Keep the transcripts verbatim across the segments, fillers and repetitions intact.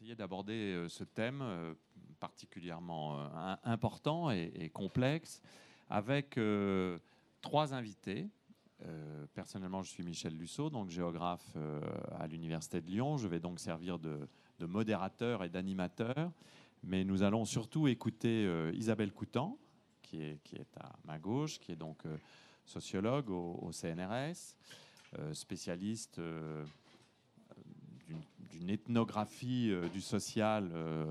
essayer d'aborder ce thème particulièrement important et, et complexe avec euh, trois invités. Euh, personnellement, je suis Michel Lusseau, donc géographe euh, à l'Université de Lyon. Je vais donc servir de, de modérateur et d'animateur. Mais nous allons surtout écouter euh, Isabelle Coutan, qui est, qui est à ma gauche, qui est donc euh, sociologue au, au C N R S, euh, spécialiste euh, d'une ethnographie euh, du social euh,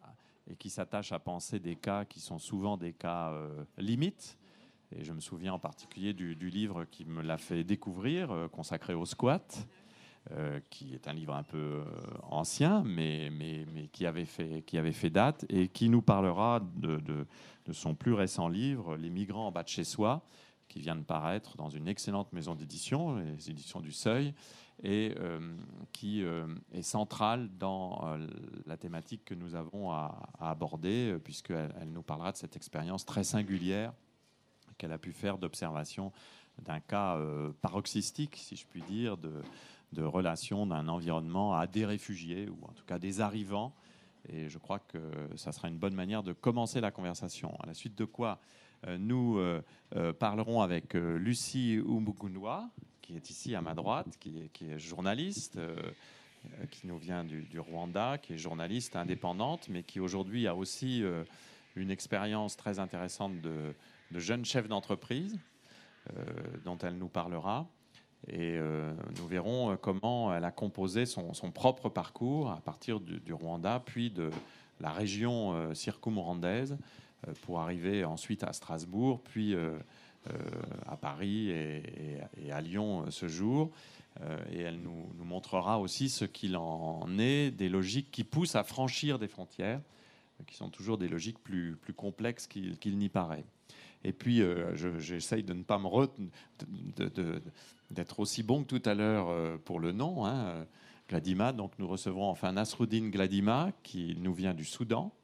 et qui s'attache à penser des cas qui sont souvent des cas euh, limites. Et je me souviens en particulier du, du livre qui me l'a fait découvrir, euh, consacré au squat, euh, qui est un livre un peu euh, ancien, mais, mais, mais qui, avait fait, qui avait fait date et qui nous parlera de, de, de son plus récent livre, Les migrants en bas de chez soi, qui vient de paraître dans une excellente maison d'édition, les éditions du Seuil, et euh, qui euh, est centrale dans euh, la thématique que nous avons à, à aborder, puisqu'elle elle nous parlera de cette expérience très singulière qu'elle a pu faire d'observation d'un cas euh, paroxystique, si je puis dire, de, de relation d'un environnement à des réfugiés, ou en tout cas des arrivants. Et je crois que ça sera une bonne manière de commencer la conversation. À la suite de quoi euh, nous euh, euh, parlerons avec euh, Lucie Umugunwa, qui est ici à ma droite, qui est, qui est journaliste, euh, qui nous vient du, du Rwanda, qui est journaliste indépendante, mais qui aujourd'hui a aussi euh, une expérience très intéressante de, de jeune chef d'entreprise, euh, dont elle nous parlera. Et euh, nous verrons comment elle a composé son, son propre parcours à partir du, du Rwanda, puis de la région euh, circumrandaise, euh, pour arriver ensuite à Strasbourg, puis euh, euh, à Paris et, et, et à Lyon euh, ce jour. Euh, et elle nous, nous montrera aussi ce qu'il en est des logiques qui poussent à franchir des frontières, euh, qui sont toujours des logiques plus, plus complexes qu'il, qu'il n'y paraît. Et puis, euh, je, j'essaye de ne pas me retenir, de, de, de, d'être aussi bon que tout à l'heure euh, pour le nom, hein, Gladima. Donc, nous recevrons enfin Nasruddin Gladima, qui nous vient du Soudan,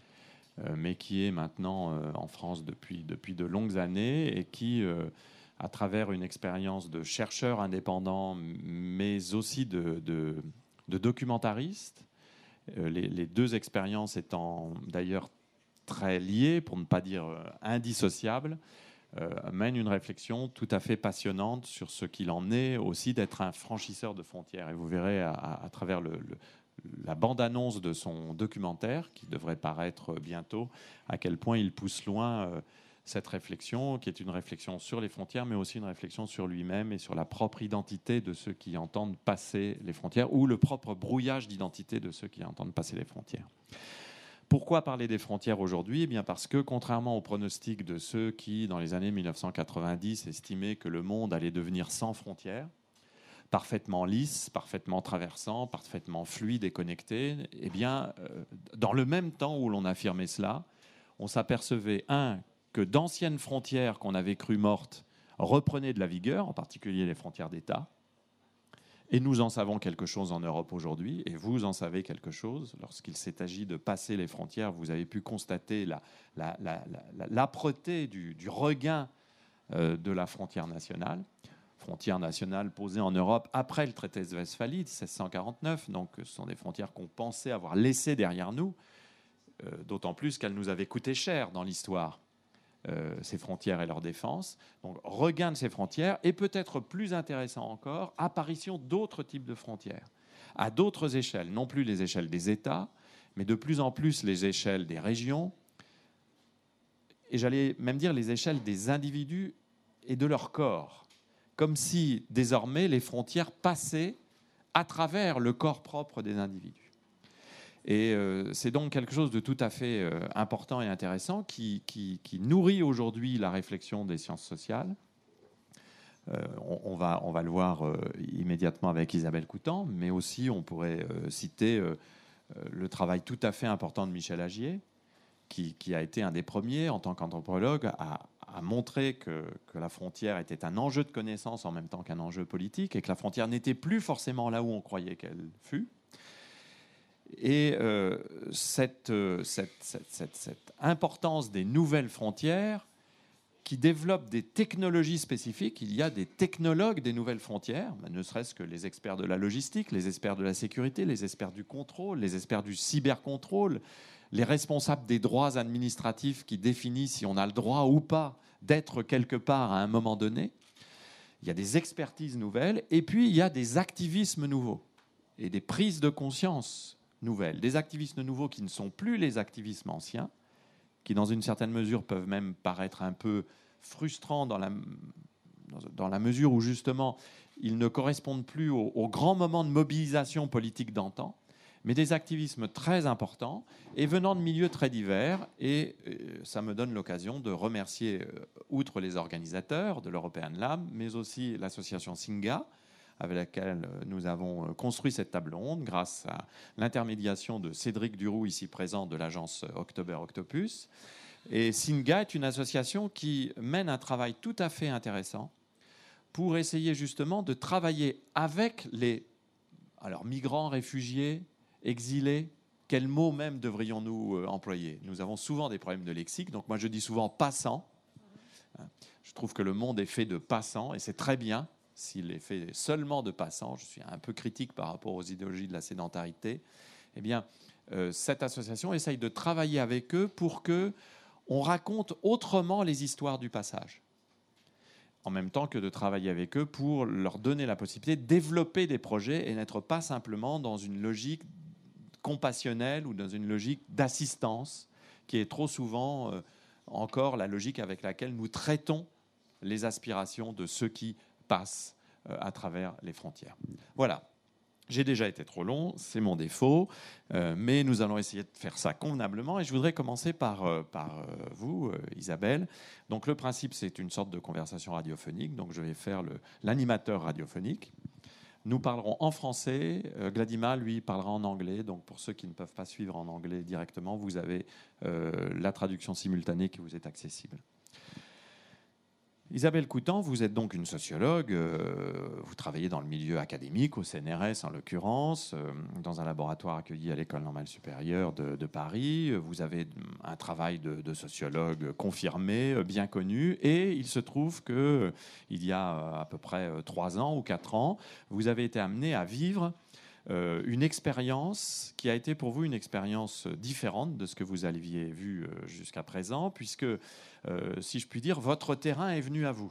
euh, mais qui est maintenant euh, en France depuis, depuis de longues années et qui, euh, à travers une expérience de chercheur indépendant, mais aussi de, de, de documentariste, euh, les, les deux expériences étant d'ailleurs très liées, pour ne pas dire euh, indissociables, euh, mène une réflexion tout à fait passionnante sur ce qu'il en est aussi d'être un franchisseur de frontières. Et vous verrez à, à, à travers le, le, la bande-annonce de son documentaire, qui devrait paraître bientôt, à quel point il pousse loin euh, cette réflexion, qui est une réflexion sur les frontières, mais aussi une réflexion sur lui-même et sur la propre identité de ceux qui entendent passer les frontières, ou le propre brouillage d'identité de ceux qui entendent passer les frontières. Pourquoi parler des frontières aujourd'hui ? Eh bien parce que, contrairement aux pronostics de ceux qui, dans les années mille neuf cent quatre-vingt-dix, estimaient que le monde allait devenir sans frontières, parfaitement lisse, parfaitement traversant, parfaitement fluide et connecté, eh bien, euh, dans le même temps où l'on affirmait cela, on s'apercevait, un, que d'anciennes frontières qu'on avait crues mortes reprenaient de la vigueur, en particulier les frontières d'État. Et nous en savons quelque chose en Europe aujourd'hui, et vous en savez quelque chose. Lorsqu'il s'est agi de passer les frontières, vous avez pu constater la, la, la, la, l'âpreté du, du regain euh, de la frontière nationale. Frontière nationale posée en Europe après le traité de Westphalie de seize cent quarante-neuf. Donc ce sont des frontières qu'on pensait avoir laissées derrière nous, euh, d'autant plus qu'elles nous avaient coûté cher dans l'histoire. Euh, ces frontières et leur défense. Donc, regain de ces frontières et peut-être plus intéressant encore, apparition d'autres types de frontières, à d'autres échelles, non plus les échelles des États, mais de plus en plus les échelles des régions, et j'allais même dire les échelles des individus et de leur corps, comme si désormais les frontières passaient à travers le corps propre des individus. Et euh, c'est donc quelque chose de tout à fait euh, important et intéressant qui, qui, qui nourrit aujourd'hui la réflexion des sciences sociales. Euh, on, on, va, on va le voir euh, immédiatement avec Isabelle Coutan, mais aussi on pourrait euh, citer euh, le travail tout à fait important de Michel Agier, qui, qui a été un des premiers, en tant qu'anthropologue, à, à montrer que, que la frontière était un enjeu de connaissance en même temps qu'un enjeu politique, et que la frontière n'était plus forcément là où on croyait qu'elle fût. Et euh, cette, cette, cette, cette, cette importance des nouvelles frontières qui développent des technologies spécifiques. Il y a des technologues des nouvelles frontières, ne serait-ce que les experts de la logistique, les experts de la sécurité, les experts du contrôle, les experts du cybercontrôle, les responsables des droits administratifs qui définissent si on a le droit ou pas d'être quelque part à un moment donné. Il y a des expertises nouvelles et puis il y a des activismes nouveaux et des prises de conscience nouvelles. Des activismes nouveaux qui ne sont plus les activismes anciens, qui dans une certaine mesure peuvent même paraître un peu frustrants dans la, dans la mesure où justement ils ne correspondent plus aux, aux grands moments de mobilisation politique d'antan, mais des activismes très importants et venant de milieux très divers. Et euh, ça me donne l'occasion de remercier, euh, outre les organisateurs de l'European Lab, mais aussi l'association Singa, avec laquelle nous avons construit cette table ronde grâce à l'intermédiation de Cédric Duroux, ici présent, de l'agence October Octopus. Et Singa est une association qui mène un travail tout à fait intéressant pour essayer justement de travailler avec les alors, migrants, réfugiés, exilés. Quel mot même devrions-nous employer? Nous avons souvent des problèmes de lexique, donc moi je dis souvent passants. Je trouve que le monde est fait de passants, et c'est très bien. S'il est fait seulement de passants, je suis un peu critique par rapport aux idéologies de la sédentarité, eh bien, euh, cette association essaye de travailler avec eux pour qu'on raconte autrement les histoires du passage, en même temps que de travailler avec eux pour leur donner la possibilité de développer des projets et n'être pas simplement dans une logique compassionnelle ou dans une logique d'assistance, qui est trop souvent euh, encore la logique avec laquelle nous traitons les aspirations de ceux qui passent euh, à travers les frontières. Voilà. J'ai déjà été trop long, c'est mon défaut, euh, mais nous allons essayer de faire ça convenablement. Et je voudrais commencer par, euh, par euh, vous, euh, Isabelle. Donc le principe, c'est une sorte de conversation radiophonique. Donc je vais faire le, l'animateur radiophonique. Nous parlerons en français. Euh, Gladima, lui, parlera en anglais. Donc pour ceux qui ne peuvent pas suivre en anglais directement, vous avez euh, la traduction simultanée qui vous est accessible. Isabelle Coutan, vous êtes donc une sociologue, euh, vous travaillez dans le milieu académique, au C N R S en l'occurrence, euh, dans un laboratoire accueilli à l'École normale supérieure de, de Paris. Vous avez un travail de, de sociologue confirmé, bien connu, et il se trouve qu'il y a à peu près trois ans ou quatre ans, vous avez été amené à vivre Euh, une expérience qui a été pour vous une expérience différente de ce que vous aviez vu euh, jusqu'à présent, puisque, euh, si je puis dire, votre terrain est venu à vous.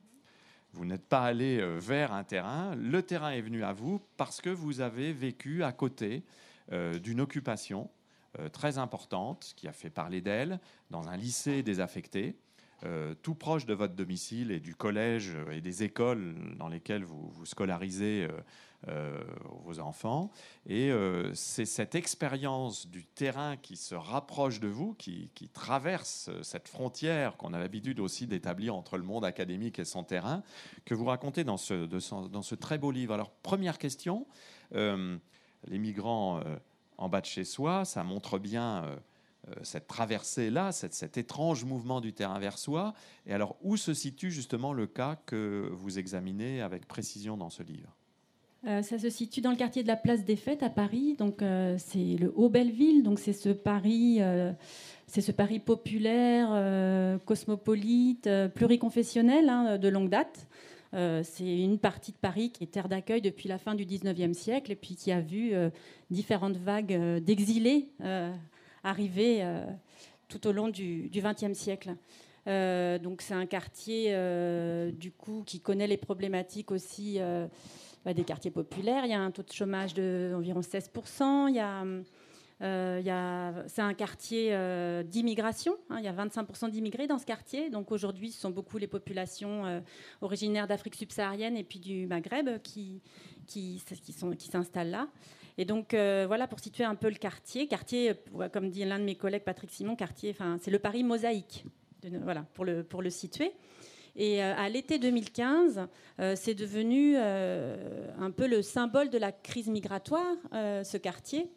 Vous n'êtes pas allé euh, vers un terrain, le terrain est venu à vous parce que vous avez vécu à côté euh, d'une occupation euh, très importante qui a fait parler d'elle dans un lycée désaffecté, Euh, tout proche de votre domicile et du collège et des écoles dans lesquelles vous, vous scolarisez euh, euh, vos enfants. Et euh, c'est cette expérience du terrain qui se rapproche de vous, qui, qui traverse cette frontière qu'on a l'habitude aussi d'établir entre le monde académique et son terrain, que vous racontez dans ce, de son, dans ce très beau livre. Alors, première question, euh, les migrants euh, en bas de chez soi, ça montre bien... Euh, cette traversée-là, cet, cet étrange mouvement du terrain vers soi. Et alors, où se situe justement le cas que vous examinez avec précision dans ce livre? euh, Ça se situe dans le quartier de la Place des Fêtes à Paris. Donc, euh, c'est le Haut-Belleville. Donc, c'est ce Paris, euh, c'est ce Paris populaire, euh, cosmopolite, euh, pluriconfessionnel, hein, de longue date. Euh, c'est une partie de Paris qui est terre d'accueil depuis la fin du dix-neuvième siècle et puis qui a vu euh, différentes vagues euh, d'exilés euh, arrivé euh, tout au long du vingtième siècle. Euh, donc c'est un quartier euh, du coup qui connaît les problématiques aussi euh, bah, des quartiers populaires. Il y a un taux de chômage d'environ seize pour cent. Il y a, euh, il y a, c'est un quartier euh, d'immigration. Hein, il y a vingt-cinq pour cent d'immigrés dans ce quartier. Donc aujourd'hui, ce sont beaucoup les populations euh, originaires d'Afrique subsaharienne et puis du Maghreb qui, qui, qui, sont, qui s'installent là. Et donc, euh, voilà, pour situer un peu le quartier. Quartier, comme dit l'un de mes collègues, Patrick Simon, quartier, enfin, c'est le Paris mosaïque, de, voilà, pour le, pour le situer. Et euh, à l'été deux mille quinze, euh, c'est devenu euh, un peu le symbole de la crise migratoire, euh, ce quartier,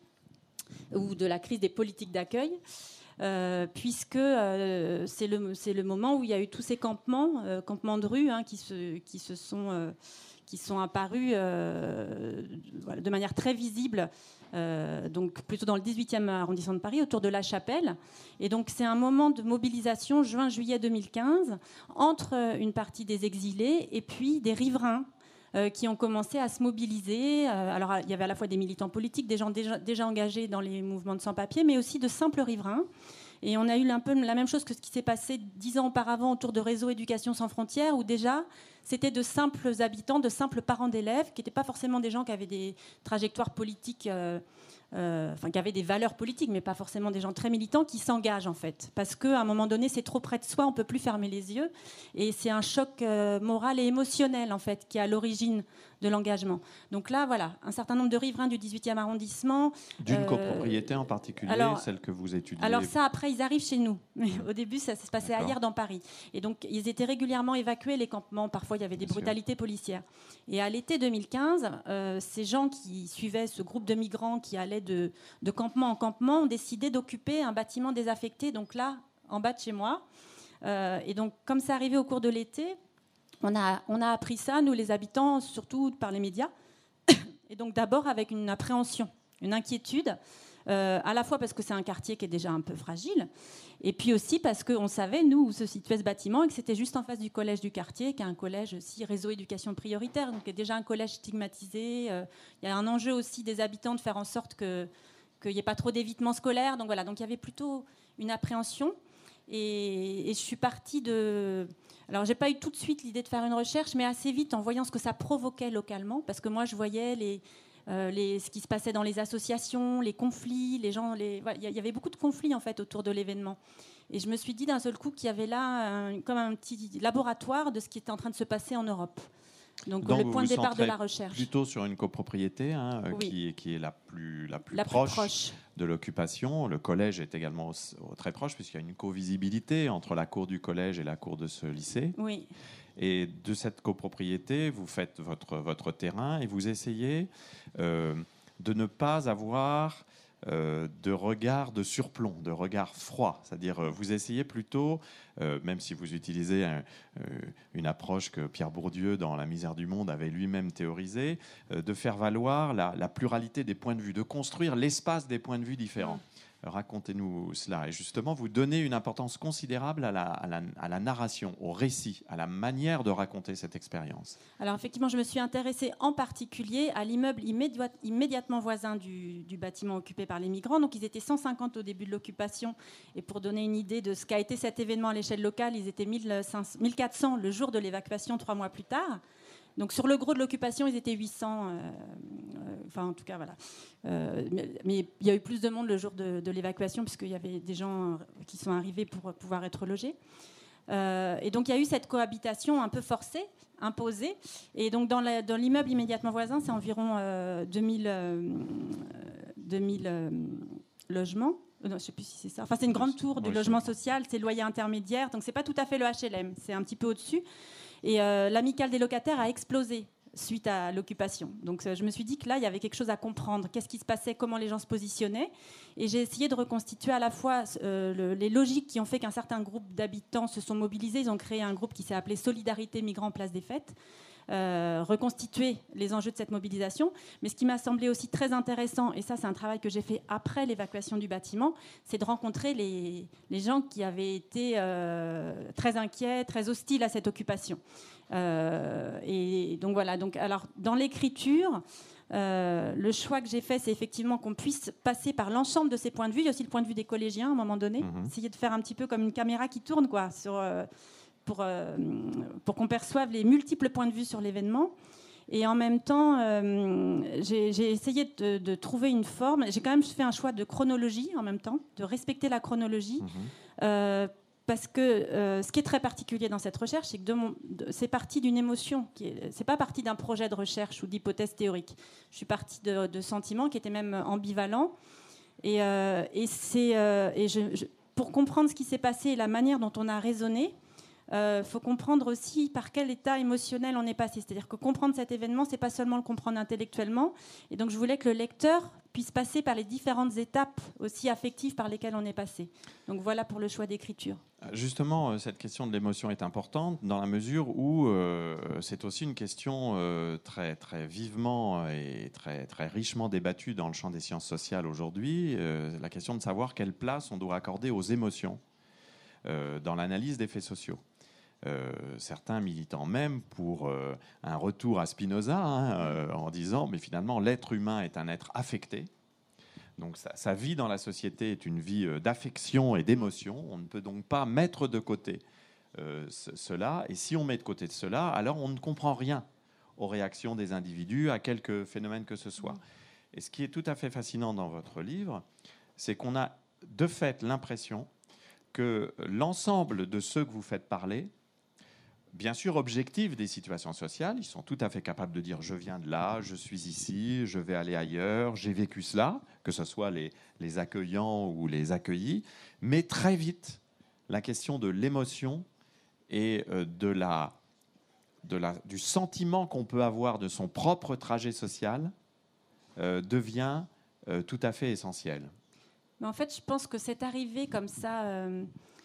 ou de la crise des politiques d'accueil, euh, puisque euh, c'est, le, c'est le moment où il y a eu tous ces campements, euh, campements de rue, hein, qui, se, qui se sont... Euh, qui sont apparus euh, de manière très visible euh, donc plutôt dans le dix-huitième arrondissement de Paris, autour de La Chapelle. Et donc c'est un moment de mobilisation juin-juillet deux mille quinze entre une partie des exilés et puis des riverains euh, qui ont commencé à se mobiliser. Euh, alors il y avait à la fois des militants politiques, des gens déjà, déjà engagés dans les mouvements de sans-papiers, mais aussi de simples riverains. Et on a eu un peu la même chose que ce qui s'est passé dix ans auparavant autour de Réseau Éducation Sans Frontières, où déjà, c'était de simples habitants, de simples parents d'élèves, qui n'étaient pas forcément des gens qui avaient des trajectoires politiques, euh, euh, enfin, qui avaient des valeurs politiques, mais pas forcément des gens très militants, qui s'engagent, en fait. Parce qu'à un moment donné, c'est trop près de soi, on ne peut plus fermer les yeux. Et c'est un choc euh, moral et émotionnel, en fait, qui est à l'origine de l'engagement. Donc là, voilà, un certain nombre de riverains du dix-huitième arrondissement. D'une euh, copropriété en particulier, alors, celle que vous étudiez? Alors ça, après, ils arrivent chez nous. Mais au début, ça, ça se passait ailleurs dans Paris. Et donc, ils étaient régulièrement évacués, les campements. Parfois, il y avait des Bien brutalités sûr. policières. Et à l'été deux mille quinze, euh, ces gens qui suivaient ce groupe de migrants qui allaient de, de campement en campement ont décidé d'occuper un bâtiment désaffecté, donc là, en bas de chez moi. Euh, et donc, comme ça arrivait au cours de l'été, on a, on a appris ça, nous les habitants, surtout par les médias. Et donc d'abord avec une appréhension, une inquiétude, euh, à la fois parce que c'est un quartier qui est déjà un peu fragile, et puis aussi parce qu'on savait, nous, où se situait ce bâtiment, et que c'était juste en face du collège du quartier, qui est un collège aussi réseau éducation prioritaire, donc qui est déjà un collège stigmatisé. Euh, il y a un enjeu aussi des habitants de faire en sorte que, qu'il n'y ait pas trop d'évitement scolaire. Donc voilà, donc il y avait plutôt une appréhension. Et, et je suis partie de... Alors, j'ai pas eu tout de suite l'idée de faire une recherche, mais assez vite, en voyant ce que ça provoquait localement, parce que moi, je voyais les, euh, les, ce qui se passait dans les associations, les conflits, les gens... Les... Voilà, il y avait beaucoup de conflits, en fait, autour de l'événement. Et je me suis dit d'un seul coup qu'il y avait là un, comme un petit laboratoire de ce qui était en train de se passer en Europe. Donc, Donc le point de départ de la recherche. Plutôt sur une copropriété hein, oui. qui, qui est la plus, la plus, la proche, plus proche de l'occupation. Le collège est également au, au, très proche puisqu'il y a une co-visibilité entre la cour du collège et la cour de ce lycée. Oui. Et de cette copropriété, vous faites votre, votre terrain et vous essayez euh, de ne pas avoir... Euh, de regard de surplomb, de regard froid. C'est-à-dire, euh, vous essayez plutôt, euh, même si vous utilisez un, euh, une approche que Pierre Bourdieu, dans La misère du monde, avait lui-même théorisée, euh, de faire valoir la, la pluralité des points de vue, de construire l'espace des points de vue différents. Mmh. Racontez-nous cela. Et justement, vous donnez une importance considérable à la, à, la, à la narration, au récit, à la manière de raconter cette expérience. Alors effectivement, je me suis intéressée en particulier à l'immeuble immédiat, immédiatement voisin du, du bâtiment occupé par les migrants. Donc ils étaient cent cinquante au début de l'occupation. Et pour donner une idée de ce qu'a été cet événement à l'échelle locale, ils étaient mille quatre cents le jour de l'évacuation, trois mois plus tard. Donc sur le gros de l'occupation, ils étaient huit cents. Euh, euh, enfin, en tout cas, voilà. Euh, mais, mais il y a eu plus de monde le jour de, de l'évacuation, puisqu'il y avait des gens qui sont arrivés pour pouvoir être logés. Euh, et donc il y a eu cette cohabitation un peu forcée, imposée. Et donc dans, la, dans l'immeuble immédiatement voisin, c'est environ euh, deux mille, euh, deux mille euh, logements. Non, je ne sais plus si c'est ça. Enfin, c'est une grande tour de logement social, c'est loyer intermédiaire. Donc c'est pas tout à fait le H L M, c'est un petit peu au-dessus. Et euh, l'amicale des locataires a explosé suite à l'occupation. Donc euh, je me suis dit que là, il y avait quelque chose à comprendre. Qu'est-ce qui se passait, comment les gens se positionnaient. Et j'ai essayé de reconstituer à la fois euh, le, les logiques qui ont fait qu'un certain groupe d'habitants se sont mobilisés. Ils ont créé un groupe qui s'est appelé Solidarité Migrants Place des Fêtes. Euh, reconstituer les enjeux de cette mobilisation. Mais ce qui m'a semblé aussi très intéressant, et ça c'est un travail que j'ai fait après l'évacuation du bâtiment, c'est de rencontrer les, les gens qui avaient été euh, très inquiets, très hostiles à cette occupation. Euh, et donc voilà, donc, alors, dans l'écriture, euh, le choix que j'ai fait, c'est effectivement qu'on puisse passer par l'ensemble de ces points de vue. Il y a aussi le point de vue des collégiens à un moment donné, mmh. essayer de faire un petit peu comme une caméra qui tourne, quoi, sur... Euh, Pour, euh, pour qu'on perçoive les multiples points de vue sur l'événement. Et en même temps, euh, j'ai, j'ai essayé de, de trouver une forme. J'ai quand même fait un choix de chronologie en même temps, de respecter la chronologie. Mmh. Euh, parce que euh, ce qui est très particulier dans cette recherche, c'est que de mon, de, c'est parti d'une émotion. Qui est, c'est pas parti d'un projet de recherche ou d'hypothèse théorique. Je suis partie de, de sentiments qui étaient même ambivalents. Et, euh, et, c'est, euh, et je, je, pour comprendre ce qui s'est passé et la manière dont on a raisonné, il euh, faut comprendre aussi par quel état émotionnel on est passé. C'est-à-dire que comprendre cet événement, c'est pas seulement le comprendre intellectuellement. Et donc, je voulais que le lecteur puisse passer par les différentes étapes aussi affectives par lesquelles on est passé. Donc, voilà pour le choix d'écriture. Justement, cette question de l'émotion est importante dans la mesure où euh, c'est aussi une question euh, très, très vivement et très, très richement débattue dans le champ des sciences sociales aujourd'hui, euh, la question de savoir quelle place on doit accorder aux émotions euh, dans l'analyse des faits sociaux. Euh, certains militant même pour euh, un retour à Spinoza hein, euh, en disant mais finalement l'être humain est un être affecté. Donc sa, sa vie dans la société est une vie euh, d'affection et d'émotion. On ne peut donc pas mettre de côté euh, ce, cela. Et si on met de côté de cela, alors on ne comprend rien aux réactions des individus à quelque phénomène que ce soit. Et ce qui est tout à fait fascinant dans votre livre, c'est qu'on a de fait l'impression que l'ensemble de ceux que vous faites parler, bien sûr objectifs des situations sociales, ils sont tout à fait capables de dire « je viens de là, je suis ici, je vais aller ailleurs, j'ai vécu cela », que ce soit les, les accueillants ou les accueillis, mais très vite, la question de l'émotion et de la, de la, du sentiment qu'on peut avoir de son propre trajet social euh, devient euh, tout à fait essentiel. Mais en fait, je pense que cette arrivée comme ça... Euh...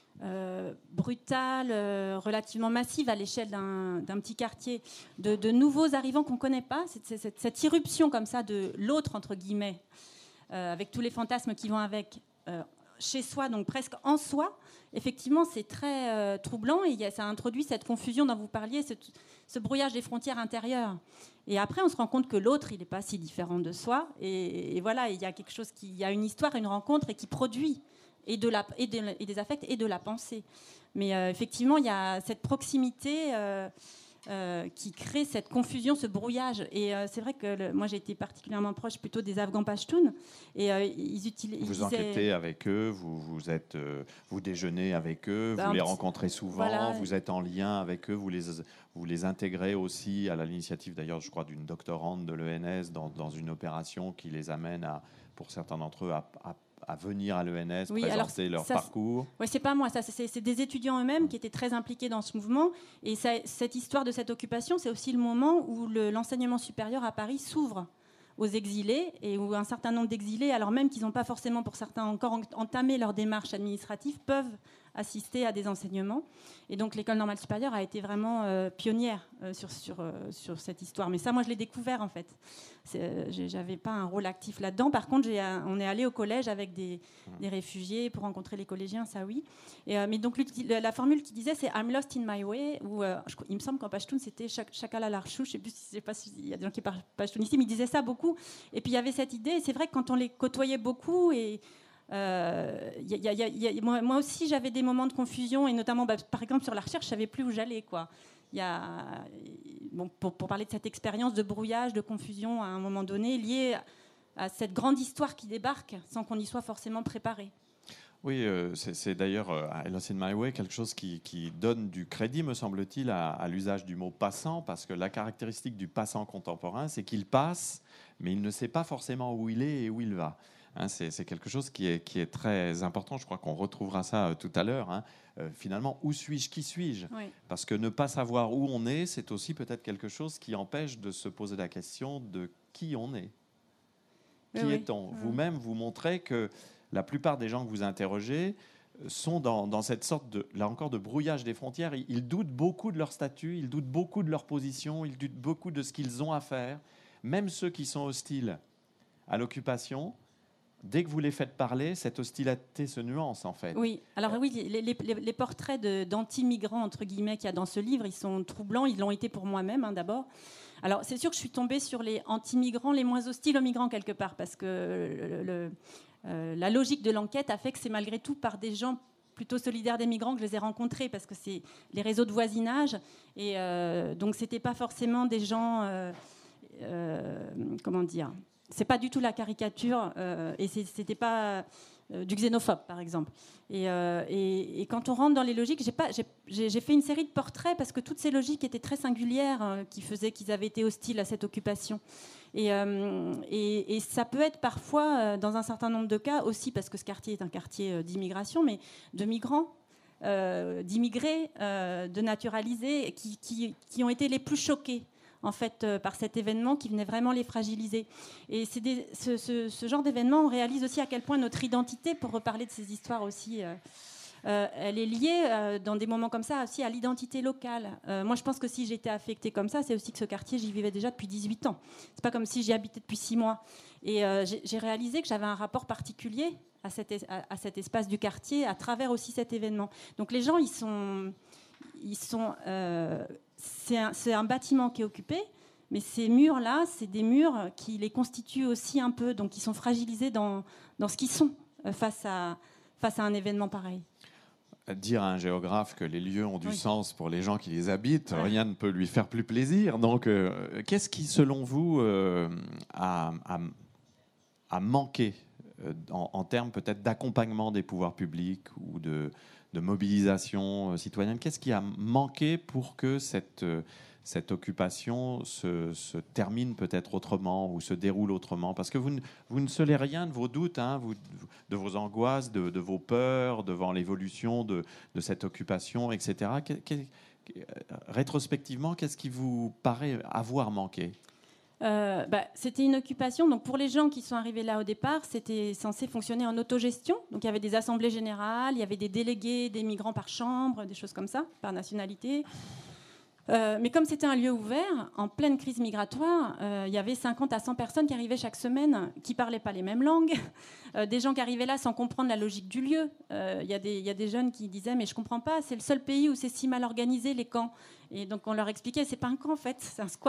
Euh, brutale, euh, relativement massive à l'échelle d'un, d'un petit quartier, de, de nouveaux arrivants qu'on ne connaît pas, cette, cette, cette irruption comme ça de l'autre, entre guillemets, euh, avec tous les fantasmes qui vont avec, euh, chez soi, donc presque en soi, effectivement, c'est très euh, troublant et y a, ça introduit cette confusion dont vous parliez, ce, ce brouillage des frontières intérieures. Et après, on se rend compte que l'autre, il n'est pas si différent de soi. Et, et voilà, il y a quelque chose qui, il y a une histoire, une rencontre et qui produit Et, de la, et, de, et des affects et de la pensée. Mais euh, effectivement, il y a cette proximité euh, euh, qui crée cette confusion, ce brouillage. Et euh, c'est vrai que le, moi, j'ai été particulièrement proche plutôt des Afghans Pashtuns. Et euh, ils utilisent. Vous enquêtez avec eux, vous, vous, êtes, euh, vous déjeunez avec eux, ben, vous les rencontrez souvent, voilà. Vous êtes en lien avec eux, vous les, vous les intégrez aussi à l'initiative, d'ailleurs, je crois, d'une doctorante de l'E N S dans, dans une opération qui les amène, à, pour certains d'entre eux, à, à à venir à l'E N S, oui, présenter alors, leur ça, parcours. Oui, c'est pas moi, ça, c'est, c'est des étudiants eux-mêmes qui étaient très impliqués dans ce mouvement. Et ça, cette histoire de cette occupation, c'est aussi le moment où le, l'enseignement supérieur à Paris s'ouvre aux exilés et où un certain nombre d'exilés, alors même qu'ils n'ont pas forcément, pour certains, encore entamé leur démarche administrative, peuvent assister à des enseignements. Et donc l'école normale supérieure a été vraiment euh, pionnière euh, sur, sur, euh, sur cette histoire. Mais ça, moi, je l'ai découvert, en fait. C'est, euh, j'avais pas un rôle actif là-dedans. Par contre, j'ai, euh, on est allé au collège avec des, des réfugiés pour rencontrer les collégiens, ça oui. Et, euh, mais donc la formule qui disait, c'est « I'm lost in my way », où euh, je, il me semble qu'en Pashtun, c'était « Chakala Larchou », je ne sais pas s'il y a des gens qui parlent Pashtun ici, mais ils disaient ça beaucoup. Et puis il y avait cette idée, et c'est vrai que quand on les côtoyait beaucoup, et Euh, y a, y a, y a, moi, moi aussi j'avais des moments de confusion et notamment bah, par exemple sur la recherche je savais plus où j'allais quoi. Y a, bon, pour, pour parler de cette expérience de brouillage, de confusion à un moment donné liée à cette grande histoire qui débarque sans qu'on y soit forcément préparé. Oui, euh, c'est, c'est d'ailleurs euh, à Lost in My Way quelque chose qui, qui donne du crédit, me semble-t-il, à, à l'usage du mot passant, parce que la caractéristique du passant contemporain, c'est qu'il passe, mais il ne sait pas forcément où il est et où il va. Hein, c'est, c'est quelque chose qui est, qui est très important. Je crois qu'on retrouvera ça euh, tout à l'heure. Hein. Euh, finalement, où suis-je, qui suis-je ? Oui. Parce que ne pas savoir où on est, c'est aussi peut-être quelque chose qui empêche de se poser la question de qui on est. Qui oui, est-on ? oui. Vous-même, vous montrez que la plupart des gens que vous interrogez sont dans, dans cette sorte de, là encore, de brouillage des frontières. Ils, ils doutent beaucoup de leur statut, ils doutent beaucoup de leur position, ils doutent beaucoup de ce qu'ils ont à faire. Même ceux qui sont hostiles à l'occupation, dès que vous les faites parler, cette hostilité se nuance, en fait. Oui, alors oui, les, les, les portraits de, d'anti-migrants, entre guillemets, qu'il y a dans ce livre, ils sont troublants. Ils l'ont été pour moi-même, hein, d'abord. Alors, c'est sûr que je suis tombée sur les anti-migrants les moins hostiles aux migrants, quelque part, parce que le, le, euh, la logique de l'enquête a fait que c'est malgré tout par des gens plutôt solidaires des migrants que je les ai rencontrés, parce que c'est les réseaux de voisinage. Et euh, donc, ce n'était pas forcément des gens... Euh, euh, comment dire ? C'est pas du tout la caricature euh, et c'est, c'était pas euh, du xénophobe par exemple. Et, euh, et, et quand on rentre dans les logiques, j'ai, pas, j'ai, j'ai fait une série de portraits parce que toutes ces logiques étaient très singulières, euh, qui faisaient qu'ils avaient été hostiles à cette occupation. Et, euh, et, et ça peut être parfois, euh, dans un certain nombre de cas aussi, parce que ce quartier est un quartier euh, d'immigration, mais de migrants, euh, d'immigrés, euh, de naturalisés, qui, qui, qui ont été les plus choqués. En fait, euh, par cet événement qui venait vraiment les fragiliser. Et c'est des, ce, ce, ce genre d'événement, on réalise aussi à quel point notre identité, pour reparler de ces histoires aussi euh, euh, elle est liée, euh, dans des moments comme ça, aussi à l'identité locale. Euh, moi, je pense que si j'étais affectée comme ça, c'est aussi que ce quartier, j'y vivais déjà depuis dix-huit ans. C'est pas comme si j'y habitais depuis six mois. Et euh, j'ai, j'ai réalisé que j'avais un rapport particulier à cet, à, à cet espace du quartier, à travers aussi cet événement. Donc les gens, ils sont... Ils sont euh, c'est, un, c'est un bâtiment qui est occupé, mais ces murs-là, c'est des murs qui les constituent aussi un peu, donc ils sont fragilisés dans, dans ce qu'ils sont euh, face à, face à un événement pareil. Dire à un géographe que les lieux ont du oui. sens pour les gens qui les habitent, ouais. rien ne peut lui faire plus plaisir. Donc, euh, qu'est-ce qui, selon vous, euh, a, a, a manqué euh, en, en termes peut-être d'accompagnement des pouvoirs publics ou de, de mobilisation euh, citoyenne? Qu'est-ce qui a manqué pour que cette, euh, cette occupation se, se termine peut-être autrement ou se déroule autrement? Parce que vous ne, vous ne scellez rien de vos doutes, hein, vous, de vos angoisses, de, de vos peurs devant l'évolution de, de cette occupation, et cetera. Que, que, rétrospectivement, qu'est-ce qui vous paraît avoir manqué? Euh, bah, c'était une occupation. Donc pour les gens qui sont arrivés là au départ, c'était censé fonctionner en autogestion. Donc il y avait des assemblées générales, il y avait des délégués, des migrants par chambre, des choses comme ça, par nationalité. Euh, mais comme c'était un lieu ouvert, en pleine crise migratoire, euh, il y avait cinquante à cent personnes qui arrivaient chaque semaine, qui ne parlaient pas les mêmes langues, euh, des gens qui arrivaient là sans comprendre la logique du lieu. Euh, il y a des, il y a des jeunes qui disaient « mais je ne comprends pas, c'est le seul pays où c'est si mal organisé, les camps ». Et donc on leur expliquait « c'est pas un camp en fait, c'est un squat ».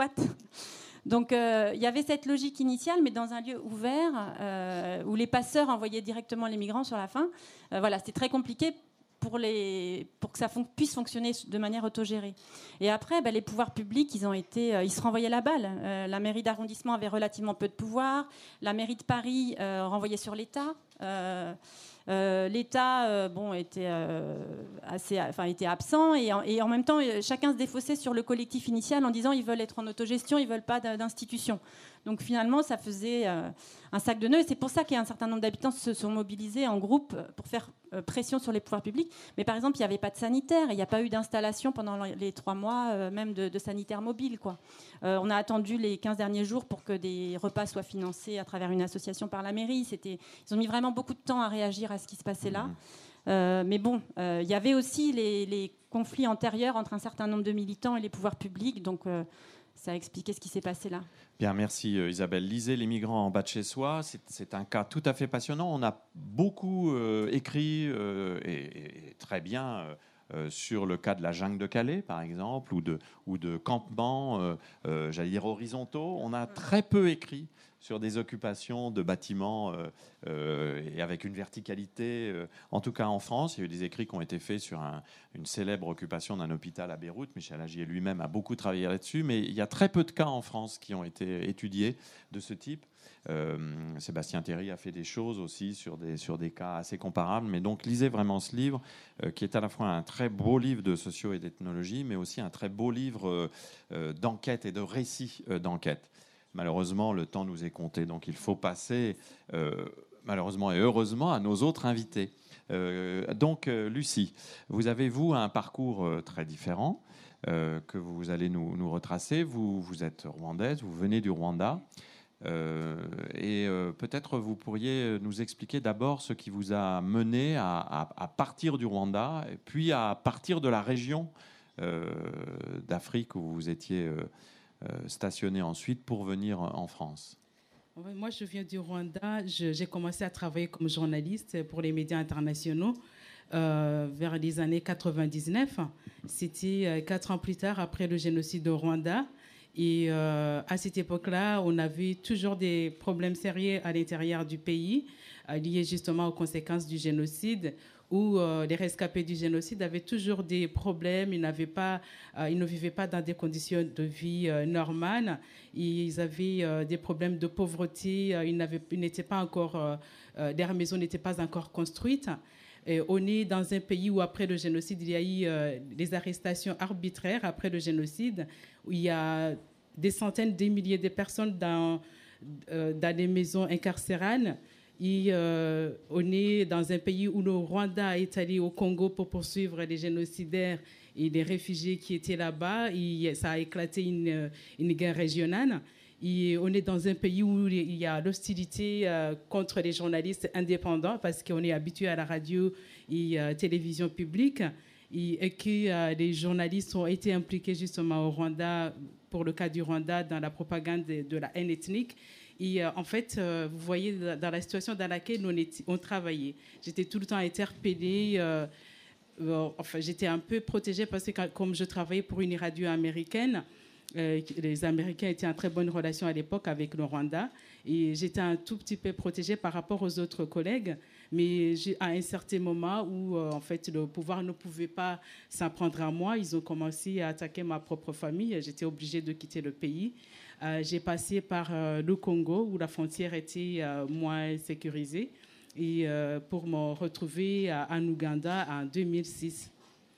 Donc euh, il y avait cette logique initiale, mais dans un lieu ouvert, euh, où les passeurs envoyaient directement les migrants sur la fin. Euh, voilà, c'était très compliqué pour, les, pour que ça fon- puisse fonctionner de manière autogérée. Et après, bah, les pouvoirs publics, ils, ont été, euh, ils se renvoyaient la balle. Euh, la mairie d'arrondissement avait relativement peu de pouvoir. La mairie de Paris euh, renvoyait sur l'État. Euh, euh, L'État euh, bon, était, euh, assez, enfin, était absent et en, et en même temps, chacun se défaussait sur le collectif initial en disant ils veulent être en autogestion, ils ne veulent pas d'institution. Donc finalement, ça faisait euh, un sac de nœuds. Et c'est pour ça qu'un certain nombre d'habitants se sont mobilisés en groupe pour faire euh, pression sur les pouvoirs publics. Mais par exemple, il n'y avait pas de sanitaire. Il n'y a pas eu d'installation pendant les trois mois, euh, même de, de sanitaire mobile, quoi. Euh, on a attendu les quinze derniers jours pour que des repas soient financés à travers une association par la mairie. C'était, ils ont mis vraiment beaucoup de temps à réagir à ce qui se passait là. Euh, mais bon, il euh, y avait aussi les, les conflits antérieurs entre un certain nombre de militants et les pouvoirs publics. Donc... Euh, ça a expliqué ce qui s'est passé là. Bien, merci euh, Isabelle. Lisez Les migrants en bas de chez soi. C'est, c'est un cas tout à fait passionnant. On a beaucoup euh, écrit euh, et, et très bien euh, euh, sur le cas de la jungle de Calais, par exemple, ou de, ou de campements, euh, euh, j'allais dire horizontaux. On a très peu écrit sur des occupations de bâtiments euh, euh, et avec une verticalité. Euh, en tout cas, en France, il y a eu des écrits qui ont été faits sur un, une célèbre occupation d'un hôpital à Beyrouth. Michel Agier lui-même a beaucoup travaillé là-dessus, mais il y a très peu de cas en France qui ont été étudiés de ce type. Euh, Sébastien Théry a fait des choses aussi sur des, sur des cas assez comparables. Mais donc, lisez vraiment ce livre, euh, qui est à la fois un très beau livre de socio et d'ethnologie, mais aussi un très beau livre euh, d'enquête et de récit euh, d'enquête. Malheureusement, le temps nous est compté, donc il faut passer, euh, malheureusement et heureusement, à nos autres invités. Euh, donc, euh, Lucie, vous avez, vous, un parcours euh, très différent euh, que vous allez nous, nous retracer. Vous, vous êtes rwandaise, vous venez du Rwanda. Euh, et euh, peut-être vous pourriez nous expliquer d'abord ce qui vous a mené à, à, à partir du Rwanda, et puis à partir de la région euh, d'Afrique où vous étiez... Euh, Euh, stationné ensuite pour venir en France. Moi, je viens du Rwanda. Je, j'ai commencé à travailler comme journaliste pour les médias internationaux euh, vers les années quatre-vingt-dix-neuf. C'était euh, quatre ans plus tard, après le génocide au Rwanda. Et euh, à cette époque-là, on avait toujours des problèmes sérieux à l'intérieur du pays, euh, liés justement aux conséquences du génocide, où euh, les rescapés du génocide avaient toujours des problèmes, ils, n'avaient pas, euh, ils ne vivaient pas dans des conditions de vie euh, normales, ils avaient euh, des problèmes de pauvreté, euh, ils, n'avaient, ils n'étaient pas encore, euh, euh, leurs maisons n'étaient pas encore construites. Et on est dans un pays où, après le génocide, il y a eu euh, des arrestations arbitraires après le génocide, où il y a des centaines, des milliers de personnes dans, euh, dans des maisons incarcérales. Et, euh, on est dans un pays où le Rwanda est allé au Congo pour poursuivre les génocidaires et les réfugiés qui étaient là-bas. Et ça a éclaté une, une guerre régionale. Et on est dans un pays où il y a l'hostilité euh, contre les journalistes indépendants parce qu'on est habitué à la radio et euh, télévision publique et, et que euh, les journalistes ont été impliqués justement au Rwanda, pour le cas du Rwanda, dans la propagande de, de la haine ethnique. Et euh, en fait, euh, vous voyez dans la situation dans laquelle on, est, on travaillait. J'étais tout le temps interpellée. Euh, euh, enfin, j'étais un peu protégée parce que quand, comme je travaillais pour une radio américaine, Euh, les Américains étaient en très bonne relation à l'époque avec le Rwanda et j'étais un tout petit peu protégée par rapport aux autres collègues, mais à un certain moment où euh, en fait le pouvoir ne pouvait pas s'en prendre à moi, ils ont commencé à attaquer ma propre famille. J'étais obligée de quitter le pays. Euh, j'ai passé par euh, le Congo où la frontière était euh, moins sécurisée et euh, pour me retrouver à, en Ouganda en deux mille six.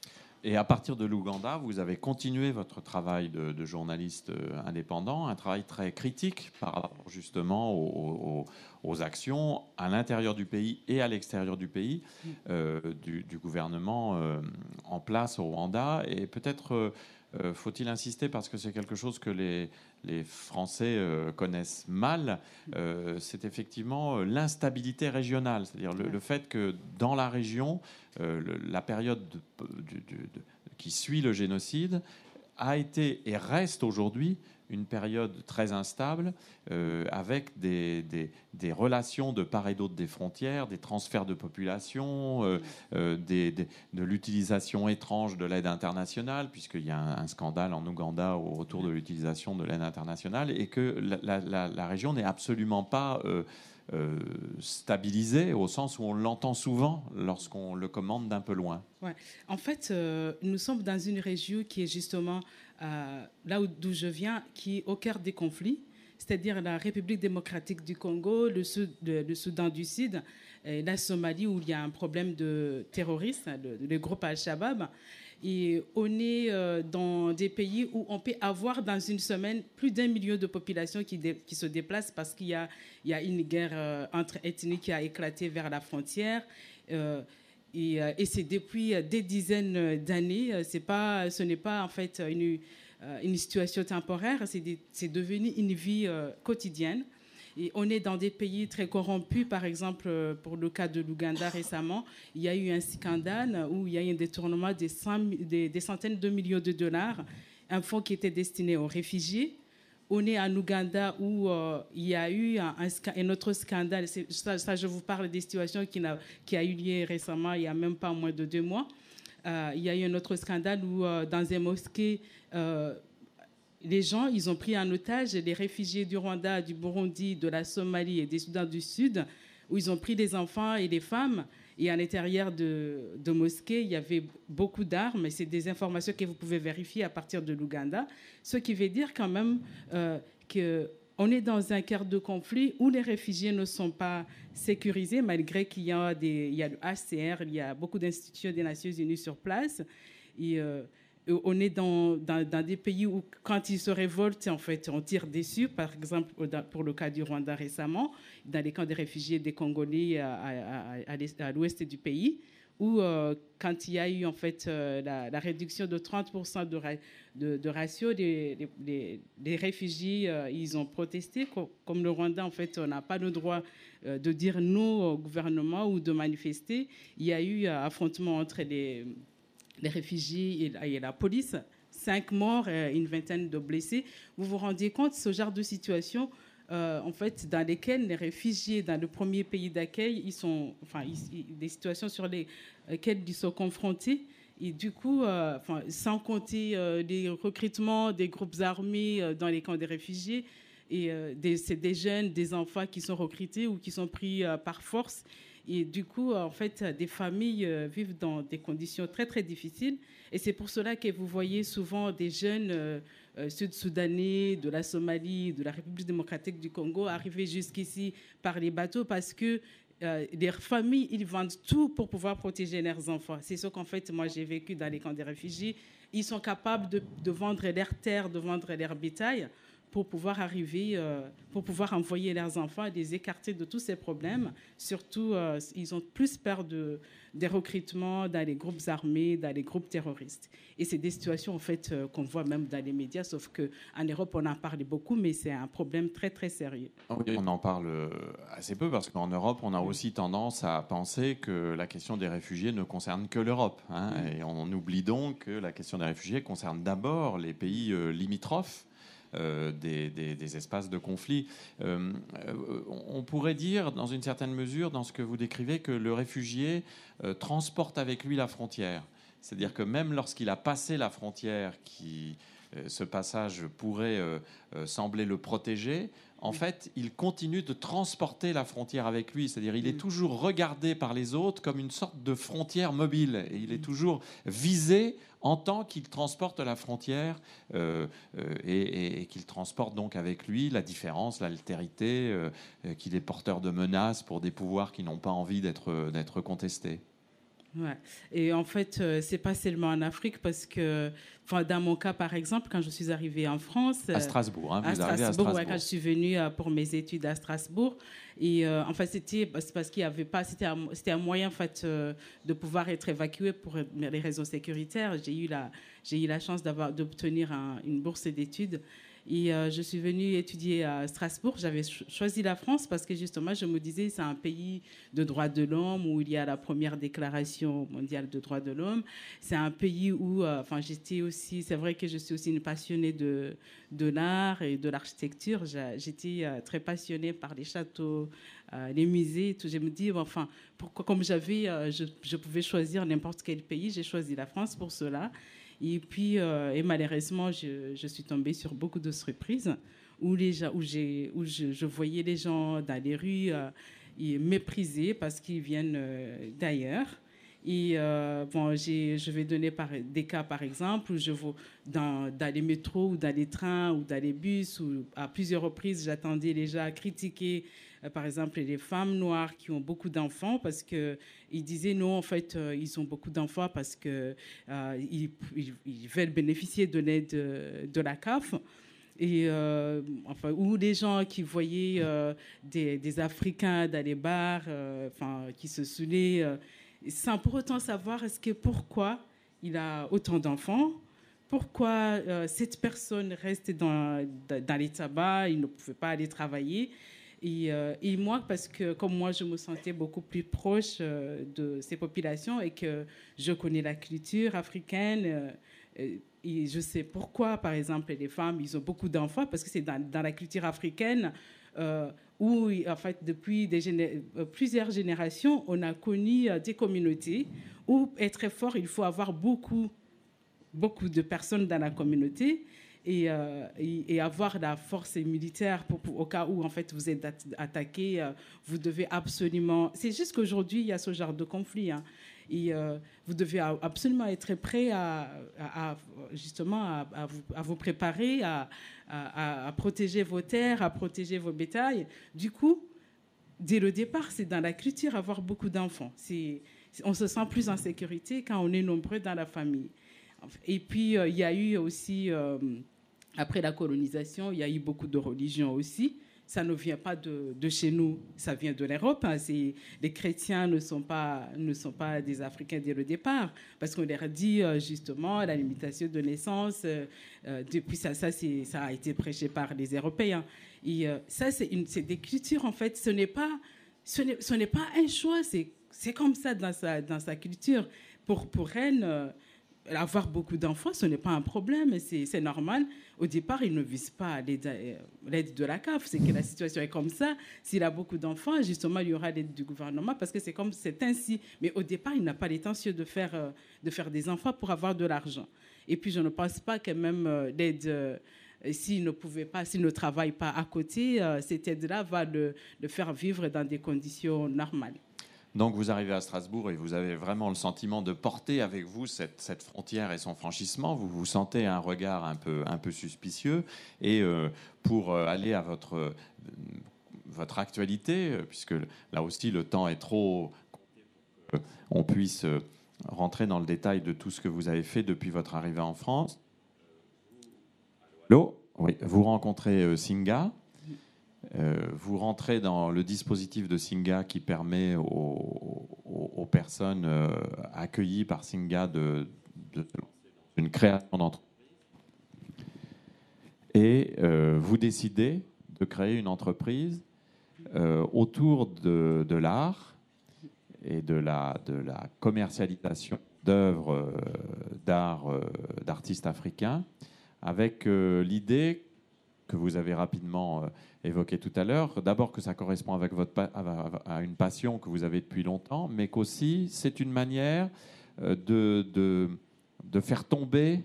Et à partir de l'Ouganda, vous avez continué votre travail de, de journaliste indépendant, un travail très critique par rapport justement aux, aux, aux actions à l'intérieur du pays et à l'extérieur du pays euh, du, du gouvernement euh, en place au Rwanda. Et peut-être euh, faut-il insister, parce que c'est quelque chose que les, les Français euh, connaissent mal, euh, c'est effectivement l'instabilité régionale, c'est-à-dire le, le fait que dans la région, euh, le, la période de, de, de, de, qui suit le génocide a été et reste aujourd'hui une période très instable, euh, avec des, des, des relations de part et d'autre des frontières, des transferts de population, euh, euh, des, des, de l'utilisation étrange de l'aide internationale, puisqu'il y a un, un scandale en Ouganda autour de l'utilisation de l'aide internationale, et que la, la, la région n'est absolument pas euh, euh, stabilisée, au sens où on l'entend souvent lorsqu'on le commande d'un peu loin. Ouais. En fait, euh, nous sommes dans une région qui est justement euh, là d'où je viens, qui est au cœur des conflits, c'est-à-dire la République démocratique du Congo, le, Sud, le, le Soudan du Sud, et la Somalie, où il y a un problème de terrorisme, le, le groupe Al-Shabaab. Et on est euh, dans des pays où on peut avoir dans une semaine plus d'un million de populations qui, dé, qui se déplacent parce qu'il y a, il y a une guerre euh, entre ethnies qui a éclaté vers la frontière. Euh, et, et c'est depuis des dizaines d'années. C'est pas, ce n'est pas en fait une, une situation temporaire. C'est, des, c'est devenu une vie euh, quotidienne. Et on est dans des pays très corrompus. Par exemple, pour le cas de l'Ouganda récemment, il y a eu un scandale où il y a eu un détournement des, cent, des, des centaines de millions de dollars, un fonds qui était destiné aux réfugiés. On est en Ouganda où euh, il y a eu un, un, un autre scandale. C'est, ça, ça, je vous parle des situations qui, n'a, qui a eu lieu récemment, il n'y a même pas moins de deux mois. Euh, il y a eu un autre scandale où, euh, dans un mosquée, euh, les gens, ils ont pris en otage les réfugiés du Rwanda, du Burundi, de la Somalie et des Soudans du Sud, où ils ont pris les enfants et les femmes. Et à l'intérieur de, de mosquées, il y avait beaucoup d'armes. Et c'est des informations que vous pouvez vérifier à partir de l'Ouganda. Ce qui veut dire quand même euh, qu'on est dans un cœur de conflit où les réfugiés ne sont pas sécurisés, malgré qu'il y a, des, il y a le H C R, il y a beaucoup d'institutions des Nations Unies sur place. Et euh, on est dans, dans, dans des pays où, quand ils se révoltent, en fait, on tire dessus. Par exemple, pour le cas du Rwanda récemment, dans les camps de réfugiés des Congolais à, à, à, à l'ouest du pays, où euh, quand il y a eu en fait euh, la, la réduction de trente pour cent de, de, de ratio des, des, des réfugiés, euh, ils ont protesté. Comme le Rwanda, en fait, on n'a pas le droit euh, de dire non au gouvernement ou de manifester. Il y a eu un affrontement entre les les réfugiés et la police, cinq morts, une vingtaine de blessés. Vous vous rendez compte, ce genre de situation, euh, en fait, dans lesquelles les réfugiés, dans le premier pays d'accueil, ils sont, enfin, ils, des situations sur lesquelles ils sont confrontés. Et du coup, euh, enfin, sans compter euh, les recrutements des groupes armés euh, dans les camps des réfugiés, et euh, des, c'est des jeunes, des enfants qui sont recrutés ou qui sont pris euh, par force. Et du coup, en fait, des familles euh, vivent dans des conditions très, très difficiles. Et c'est pour cela que vous voyez souvent des jeunes euh, euh, sud-soudanais, de la Somalie, de la République démocratique du Congo arriver jusqu'ici par les bateaux parce que euh, les familles, ils vendent tout pour pouvoir protéger leurs enfants. C'est ce qu'en fait, moi, j'ai vécu dans les camps des réfugiés. Ils sont capables de, de vendre leurs terres, de vendre leur bétail pour pouvoir arriver, euh, pour pouvoir envoyer leurs enfants et les écarter de tous ces problèmes. Surtout, euh, ils ont plus peur de, des recrutements dans les groupes armés, dans les groupes terroristes. Et c'est des situations en fait, euh, qu'on voit même dans les médias, sauf qu'en Europe, on en parle beaucoup, mais c'est un problème très, très sérieux. Oui, on en parle assez peu parce qu'en Europe, on a aussi tendance à penser que la question des réfugiés ne concerne que l'Europe. Hein, et on oublie donc que la question des réfugiés concerne d'abord les pays euh, limitrophes Euh, des, des, des espaces de conflit. Euh, on pourrait dire, dans une certaine mesure, dans ce que vous décrivez, que le réfugié euh, transporte avec lui la frontière. C'est-à-dire que même lorsqu'il a passé la frontière, qui, euh, ce passage pourrait euh, euh, sembler le protéger, en fait, il continue de transporter la frontière avec lui. C'est-à-dire qu'il est toujours regardé par les autres comme une sorte de frontière mobile. Et il est toujours visé en tant qu'il transporte la frontière euh, euh, et, et, et qu'il transporte donc avec lui la différence, l'altérité, euh, qu'il est porteur de menaces pour des pouvoirs qui n'ont pas envie d'être, d'être contestés. Ouais. Et en fait, euh, c'est pas seulement en Afrique parce que, enfin, dans mon cas, par exemple, quand je suis arrivée en France, à Strasbourg, hein, vous à arrivez à Strasbourg, Strasbourg. Ouais, quand je suis venue euh, pour mes études à Strasbourg, et euh, en fait, c'était c'est parce qu'il y avait pas, c'était un, c'était un moyen en fait euh, de pouvoir être évacué pour les raisons sécuritaires. J'ai eu la, j'ai eu la chance d'avoir d'obtenir un, une bourse d'études. Et euh, je suis venue étudier à Strasbourg. J'avais choisi la France parce que justement, je me disais, c'est un pays de droits de l'homme où il y a la première déclaration mondiale de droits de l'homme. C'est un pays où, euh, enfin, j'étais aussi, c'est vrai que je suis aussi une passionnée de, de l'art et de l'architecture. J'étais euh, très passionnée par les châteaux, euh, les musées, tout. Je me dis, enfin, pourquoi, comme j'avais, euh, je, je pouvais choisir n'importe quel pays, j'ai choisi la France pour cela. Et puis, euh, et malheureusement, je, je suis tombée sur beaucoup de surprises où, les gens, où, j'ai, où je, je voyais les gens dans les rues euh, méprisés parce qu'ils viennent euh, d'ailleurs. Et euh, bon, j'ai, je vais donner par, des cas, par exemple, où je vais dans, dans les métros ou dans les trains ou dans les bus, où à plusieurs reprises, j'attendais les gens critiquer par exemple, les femmes noires qui ont beaucoup d'enfants, parce qu'ils disaient non, en fait, euh, ils ont beaucoup d'enfants parce qu'ils euh, ils, ils veulent bénéficier de l'aide de, de la C A F. Et, euh, enfin, ou les gens qui voyaient euh, des, des Africains dans les bars, euh, enfin, qui se saoulaient, euh, sans pour autant savoir est-ce que pourquoi il a autant d'enfants. Pourquoi euh, cette personne reste dans, dans les tabacs, il ne pouvait pas aller travailler. Et, euh, et moi, parce que comme moi, je me sentais beaucoup plus proche euh, de ces populations et que je connais la culture africaine, euh, et je sais pourquoi, par exemple, les femmes, ils ont beaucoup d'enfants, parce que c'est dans, dans la culture africaine euh, où, en fait, depuis des géné- plusieurs générations, on a connu des communautés où, être très fort, il faut avoir beaucoup, beaucoup de personnes dans la communauté. Et, euh, et, et avoir la force militaire pour, pour, au cas où en fait vous êtes attaqué, euh, vous devez absolument. C'est juste qu'aujourd'hui il y a ce genre de conflit, hein, et euh, vous devez absolument être prêt à, à, à justement à, à, vous, à vous préparer à, à, à protéger vos terres, à protéger vos bétails. Du coup, dès le départ, c'est dans la culture avoir beaucoup d'enfants. C'est, on se sent plus en sécurité quand on est nombreux dans la famille. Et puis euh, il y a eu aussi euh, après la colonisation, il y a eu beaucoup de religions aussi. Ça ne vient pas de, de chez nous, ça vient de l'Europe. Hein. C'est, les chrétiens ne sont, pas, ne sont pas des Africains dès le départ, parce qu'on leur dit euh, justement la limitation de naissance. Euh, euh, depuis ça, ça, c'est, ça a été prêché par les Européens. Et euh, ça, c'est, une, c'est des cultures, en fait. Ce n'est pas, ce n'est, ce n'est pas un choix, c'est, c'est comme ça dans sa, dans sa culture. Pour, pour elle... Euh, avoir beaucoup d'enfants, ce n'est pas un problème, c'est, c'est normal. Au départ, il ne vise pas l'aide, l'aide de la C A F, c'est que la situation est comme ça. S'il a beaucoup d'enfants, justement, il y aura l'aide du gouvernement parce que c'est comme c'est ainsi. Mais au départ, il n'a pas l'intention de faire, de faire des enfants pour avoir de l'argent. Et puis, je ne pense pas que même l'aide, s'il ne pouvait pas, s'il ne travaille pas à côté, cette aide-là va le, le faire vivre dans des conditions normales. Donc vous arrivez à Strasbourg et vous avez vraiment le sentiment de porter avec vous cette, cette frontière et son franchissement. Vous vous sentez un regard un peu, un peu suspicieux. Et euh, pour aller à votre, euh, votre actualité, euh, puisque là aussi le temps est trop... Euh, on puisse euh, rentrer dans le détail de tout ce que vous avez fait depuis votre arrivée en France. Allô ? Oui, vous rencontrez euh, Singa. Euh, vous rentrez dans le dispositif de Singa qui permet aux, aux, aux personnes euh, accueillies par Singa de, de, de une création d'entreprise. Et euh, vous décidez de créer une entreprise euh, autour de, de l'art et de la, de la commercialisation d'œuvres euh, d'art euh, d'artistes africains, avec euh, l'idée que vous avez rapidement euh, évoquée tout à l'heure, d'abord que ça correspond avec votre pa- à une passion que vous avez depuis longtemps, mais qu'aussi c'est une manière euh, de, de, de faire tomber,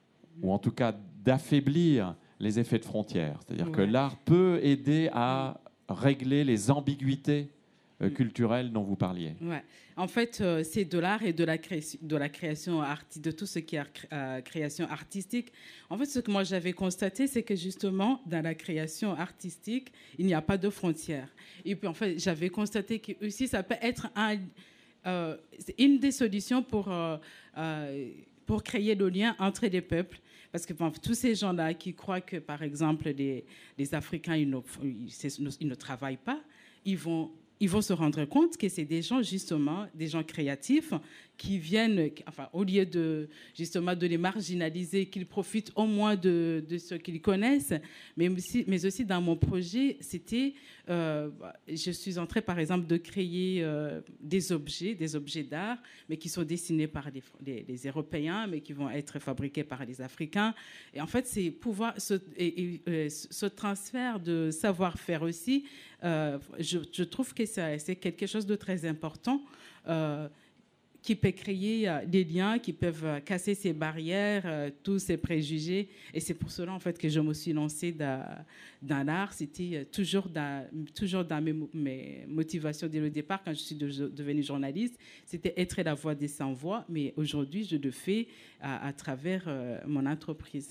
ou en tout cas d'affaiblir les effets de frontières. C'est-à-dire ouais. que l'art peut aider à régler les ambiguïtés euh, culturelles dont vous parliez. Ouais. En fait, euh, c'est de l'art et de la, cré de la création artistique, de tout ce qui est euh, création artistique. En fait, ce que moi j'avais constaté, c'est que justement, dans la création artistique, il n'y a pas de frontières. Et puis, en fait, j'avais constaté que aussi, ça peut être un, euh, une des solutions pour, euh, euh, pour créer le lien entre les peuples. Parce que bon, tous ces gens-là qui croient que, par exemple, les, les Africains, ils ne, ils ne travaillent pas, ils vont... ils vont se rendre compte que c'est des gens, justement, des gens créatifs qui viennent, enfin, au lieu de, justement, de les marginaliser, qu'ils profitent au moins de, de ce qu'ils connaissent. Mais aussi, mais aussi, dans mon projet, c'était, euh, je suis en train, par exemple, de créer euh, des objets, des objets d'art, mais qui sont dessinés par les, les, les Européens, mais qui vont être fabriqués par les Africains. Et en fait, c'est pouvoir, ce, et, et, ce transfert de savoir-faire aussi, euh, je, je trouve que c'est quelque chose de très important, euh, qui peut créer euh, des liens, qui peuvent casser ces barrières, euh, tous ces préjugés. Et c'est pour cela, en fait, que je me suis lancée dans, dans l'art. C'était toujours dans, toujours dans mes, mes motivations dès le départ, quand je suis de, devenue journaliste. C'était être la voix des sans-voix. Mais aujourd'hui, je le fais à, à travers euh, mon entreprise.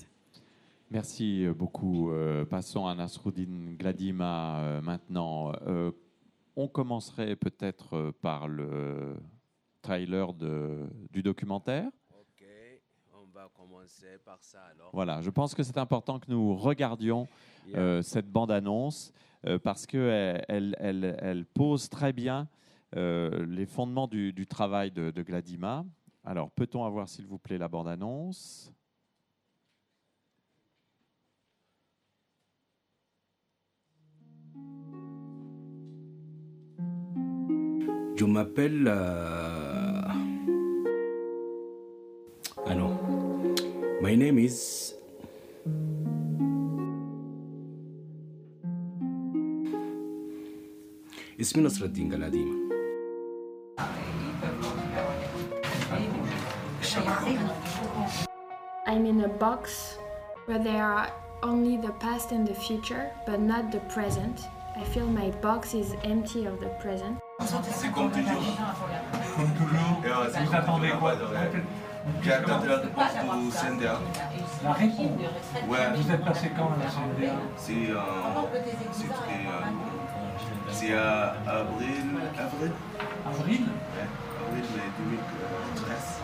Merci beaucoup. Euh, passons à Nasruddin Gladima euh, maintenant. Euh, on commencerait peut-être par le trailer de, du documentaire. Ok, on va commencer par ça alors. Voilà, je pense que c'est important que nous regardions yeah. euh, cette bande-annonce euh, parce qu'elle elle, elle, elle pose très bien euh, les fondements du, du travail de, de Gladima. Alors, peut-on avoir, s'il vous plaît, la bande-annonce ? Je m'appelle... Euh... Ah non. My name is... اسمي نصر الدين جلاديما. I'm in a box where there are only the past and the future, but not the present. I feel my box is empty of the present. C'est comme toujours. Comme toujours. Vous attendez quoi? J'ai attendu la réponse du C N D A. La réponse? Ouais. Vous êtes passé quand à la C N D A? C'est euh, c'est à avril. Avril? Avril? Ouais, avril deux mille treize.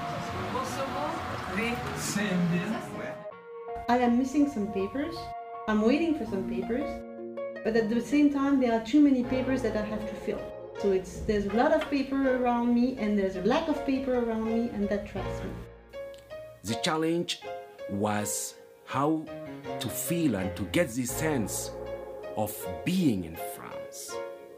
Oui. C N D A? Ouais. I am missing some papers. I'm waiting for some papers. But at the same time, there are too many papers that I have to fill. So it's there's a lot of paper around me and there's a lack of paper around me, and that traps me. The challenge was how to feel and to get the sense of being in France.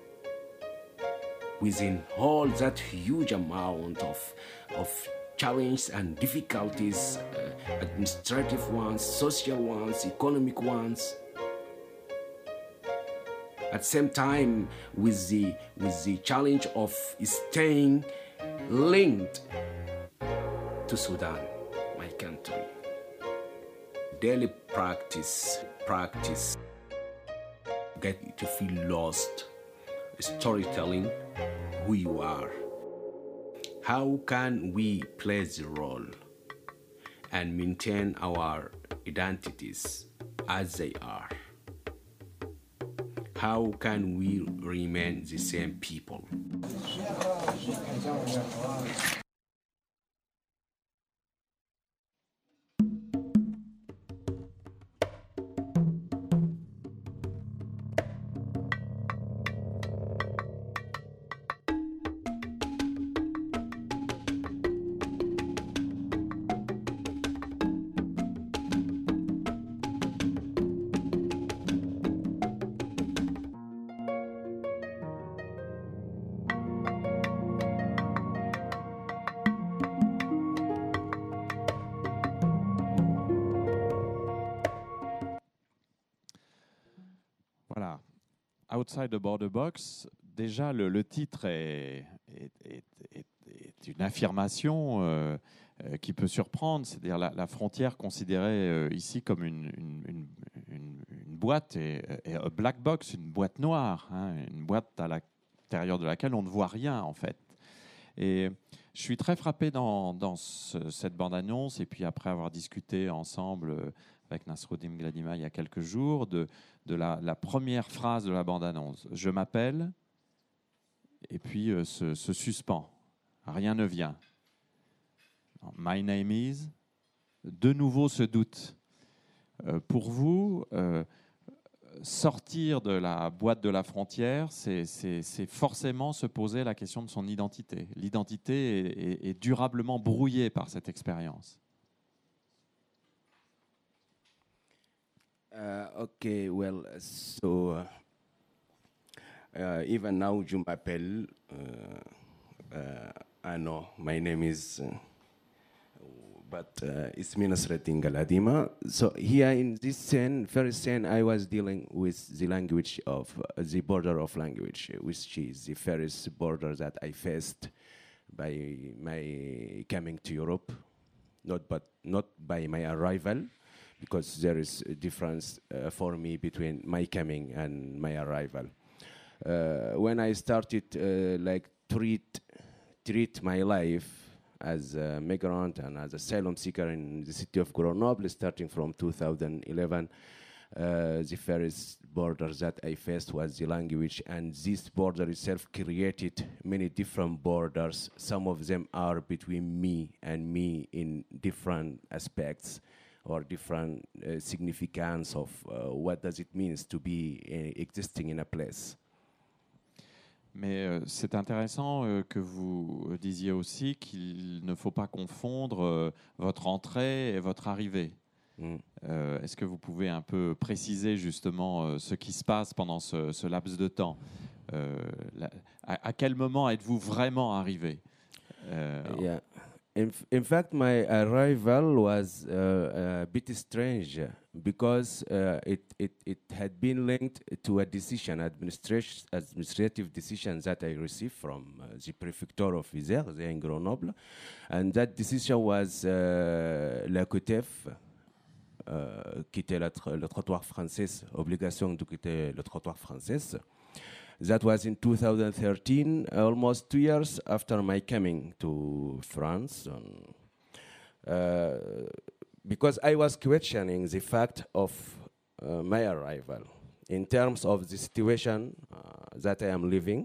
Within all that huge amount of, of challenges and difficulties, uh, administrative ones, social ones, economic ones. At the same time, with the, with the challenge of staying linked to Sudan, my country. Daily practice, practice, get to feel lost, storytelling, who you are. How can we play the role and maintain our identities as they are? How can we remain the same people? Outside the Border Box, déjà le, le titre est, est, est, est, est une affirmation euh, euh, qui peut surprendre, c'est-à-dire la, la frontière considérée euh, ici comme une, une, une, une, une boîte, et, et a black box, une boîte noire, hein, une boîte à l'intérieur de laquelle on ne voit rien en fait. Et je suis très frappé dans, dans ce, cette bande-annonce, et puis après avoir discuté ensemble avec Nasruddin Gladima il y a quelques jours, de, de la, la première phrase de la bande-annonce. Je m'appelle, et puis euh, se, se suspend. Rien ne vient. My name is, de nouveau ce doute. Euh, pour vous, euh, sortir de la boîte de la frontière, c'est, c'est, c'est forcément se poser la question de son identité. L'identité est, est, est durablement brouillée par cette expérience. Uh, okay, well, so uh, uh, even now, je m'appelle, uh, uh, I know my name is, uh, but uh, it's Nasruddin Gladima. So here in this scene, first scene, I was dealing with the language of uh, the border of language, which is the first border that I faced by my coming to Europe, not but not by my arrival, because there is a difference uh, for me between my coming and my arrival. Uh, when I started uh, like treat treat my life as a migrant and as asylum seeker in the city of Grenoble, starting from two thousand eleven, uh, the first border that I faced was the language, and this border itself created many different borders. Some of them are between me and me in different aspects, or different uh, significance of uh, what does it mean to be uh, existing in a place. Mais euh, c'est intéressant euh, que vous disiez aussi qu'il ne faut pas confondre euh, votre entrée et votre arrivée. Mm. Euh, est-ce que vous pouvez un peu préciser justement euh, ce qui se passe pendant ce, ce laps de temps? euh, la, à, à quel moment êtes-vous vraiment arrivé? euh, yeah. In, f in fact, my arrival was uh, a bit strange because uh, it, it, it had been linked to a decision, administration, administrative decision that I received from uh, the Prefecture of Isère, there in Grenoble. And that decision was uh, la Q T F, uh, quitter le, tr le trottoir français, obligation de quitter le trottoir français. That was in two thousand thirteen, almost two years after my coming to France. Um, uh, because I was questioning the fact of uh, my arrival in terms of the situation uh, that I am living,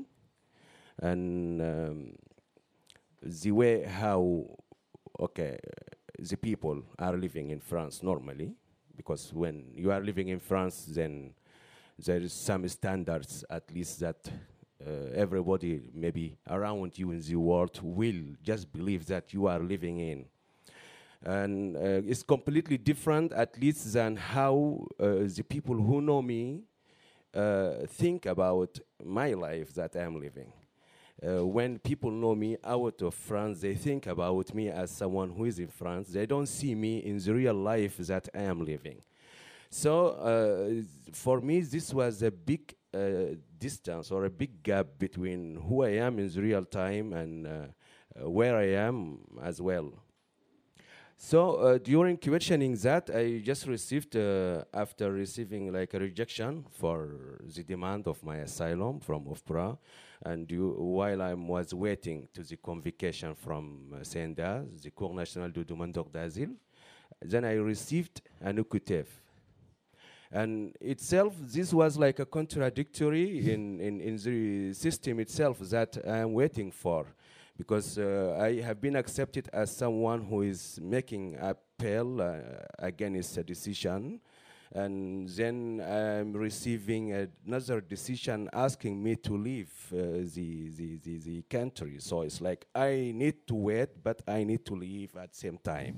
and um, the way how, okay, the people are living in France normally, because when you are living in France, then there is some standards, at least, that uh, everybody maybe around you in the world will just believe that you are living in. And uh, it's completely different, at least, than how uh, the people who know me uh, think about my life that I'm living. Uh, when people know me out of France, they think about me as someone who is in France. They don't see me in the real life that I am living. So uh, for me, this was a big uh, distance or a big gap between who I am in the real time and uh, uh, where I am as well. So uh, during questioning that, I just received, uh, after receiving like a rejection for the demand of my asylum from OFPRA, and you, while I was waiting to the convocation from uh, C N D A, the Cour nationale de demandeurs d'asile, then I received an O Q T F. And itself, this was like a contradictory in, in, in the system itself that I'm waiting for, because uh, I have been accepted as someone who is making appeal uh, against a decision, and then I'm receiving another decision asking me to leave uh, the, the, the, the country. So it's like I need to wait, but I need to leave at the same time.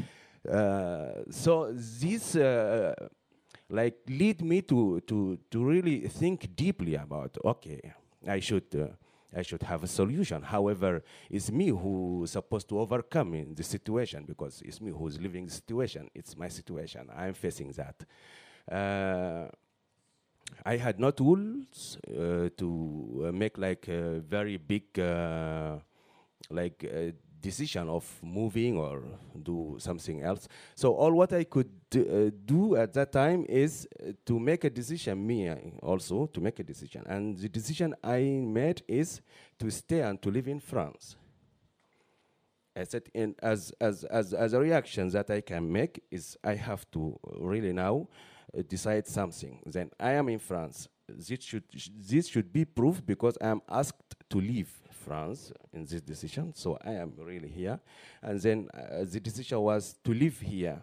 uh, so this uh, like lead me to, to, to really think deeply about, okay, I should, uh, I should have a solution. However, it's me who's supposed to overcome in the situation, because it's me who's living the situation. It's my situation. I'm facing that. Uh, I had no tools uh, to uh, make like a very big uh, like uh, decision of moving or do something else. So all what I could do, uh, do at that time is uh, to make a decision, me uh, also to make a decision. And the decision I made is to stay and to live in France. I said in, as, as, as, as a reaction that I can make is I have to really now uh, decide something. Then I am in France. This should, sh this should be proof because I am asked to leave France in this decision, so I am really here. And then uh, the decision was to live here.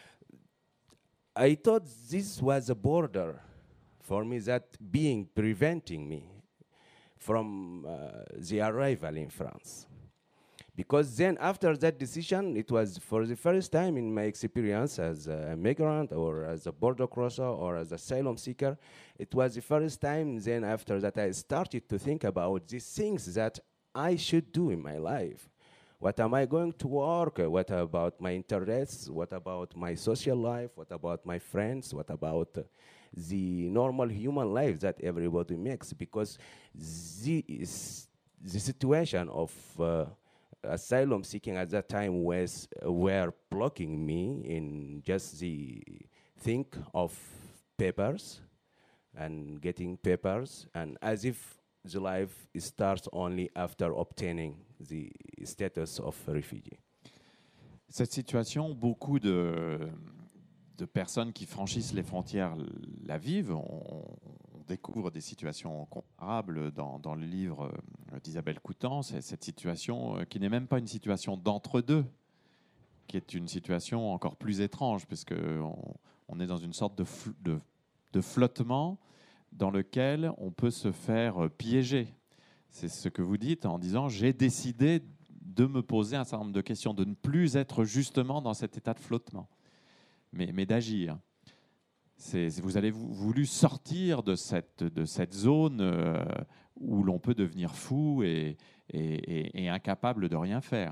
I thought this was a border for me, that being preventing me from uh, the arrival in France. Because then after that decision, it was for the first time in my experience as a migrant or as a border crosser or as asylum seeker, it was the first time then after that I started to think about these things that I should do in my life. What am I going to work? What about my interests? What about my social life? What about my friends? What about uh, the normal human life that everybody makes? Because the, the situation of uh, asylum seeking at that time was uh, were blocking me in just the think of papers and getting papers, and as if the life starts only after obtaining the status of refugee. Cette situation, beaucoup de, de personnes qui franchissent les frontières la vivent. On, on découvre des situations comparables dans, dans le livre d'Isabelle Coutan. C'est cette situation qui n'est même pas une situation d'entre-deux, qui est une situation encore plus étrange, puisqu'on on est dans une sorte de, de, de flottement dans lequel on peut se faire piéger. C'est ce que vous dites en disant « j'ai décidé de me poser un certain nombre de questions, de ne plus être justement dans cet état de flottement, mais, mais d'agir ». Vous avez voulu sortir de cette, de cette zone euh, où l'on peut devenir fou et, et, et, et incapable de rien faire.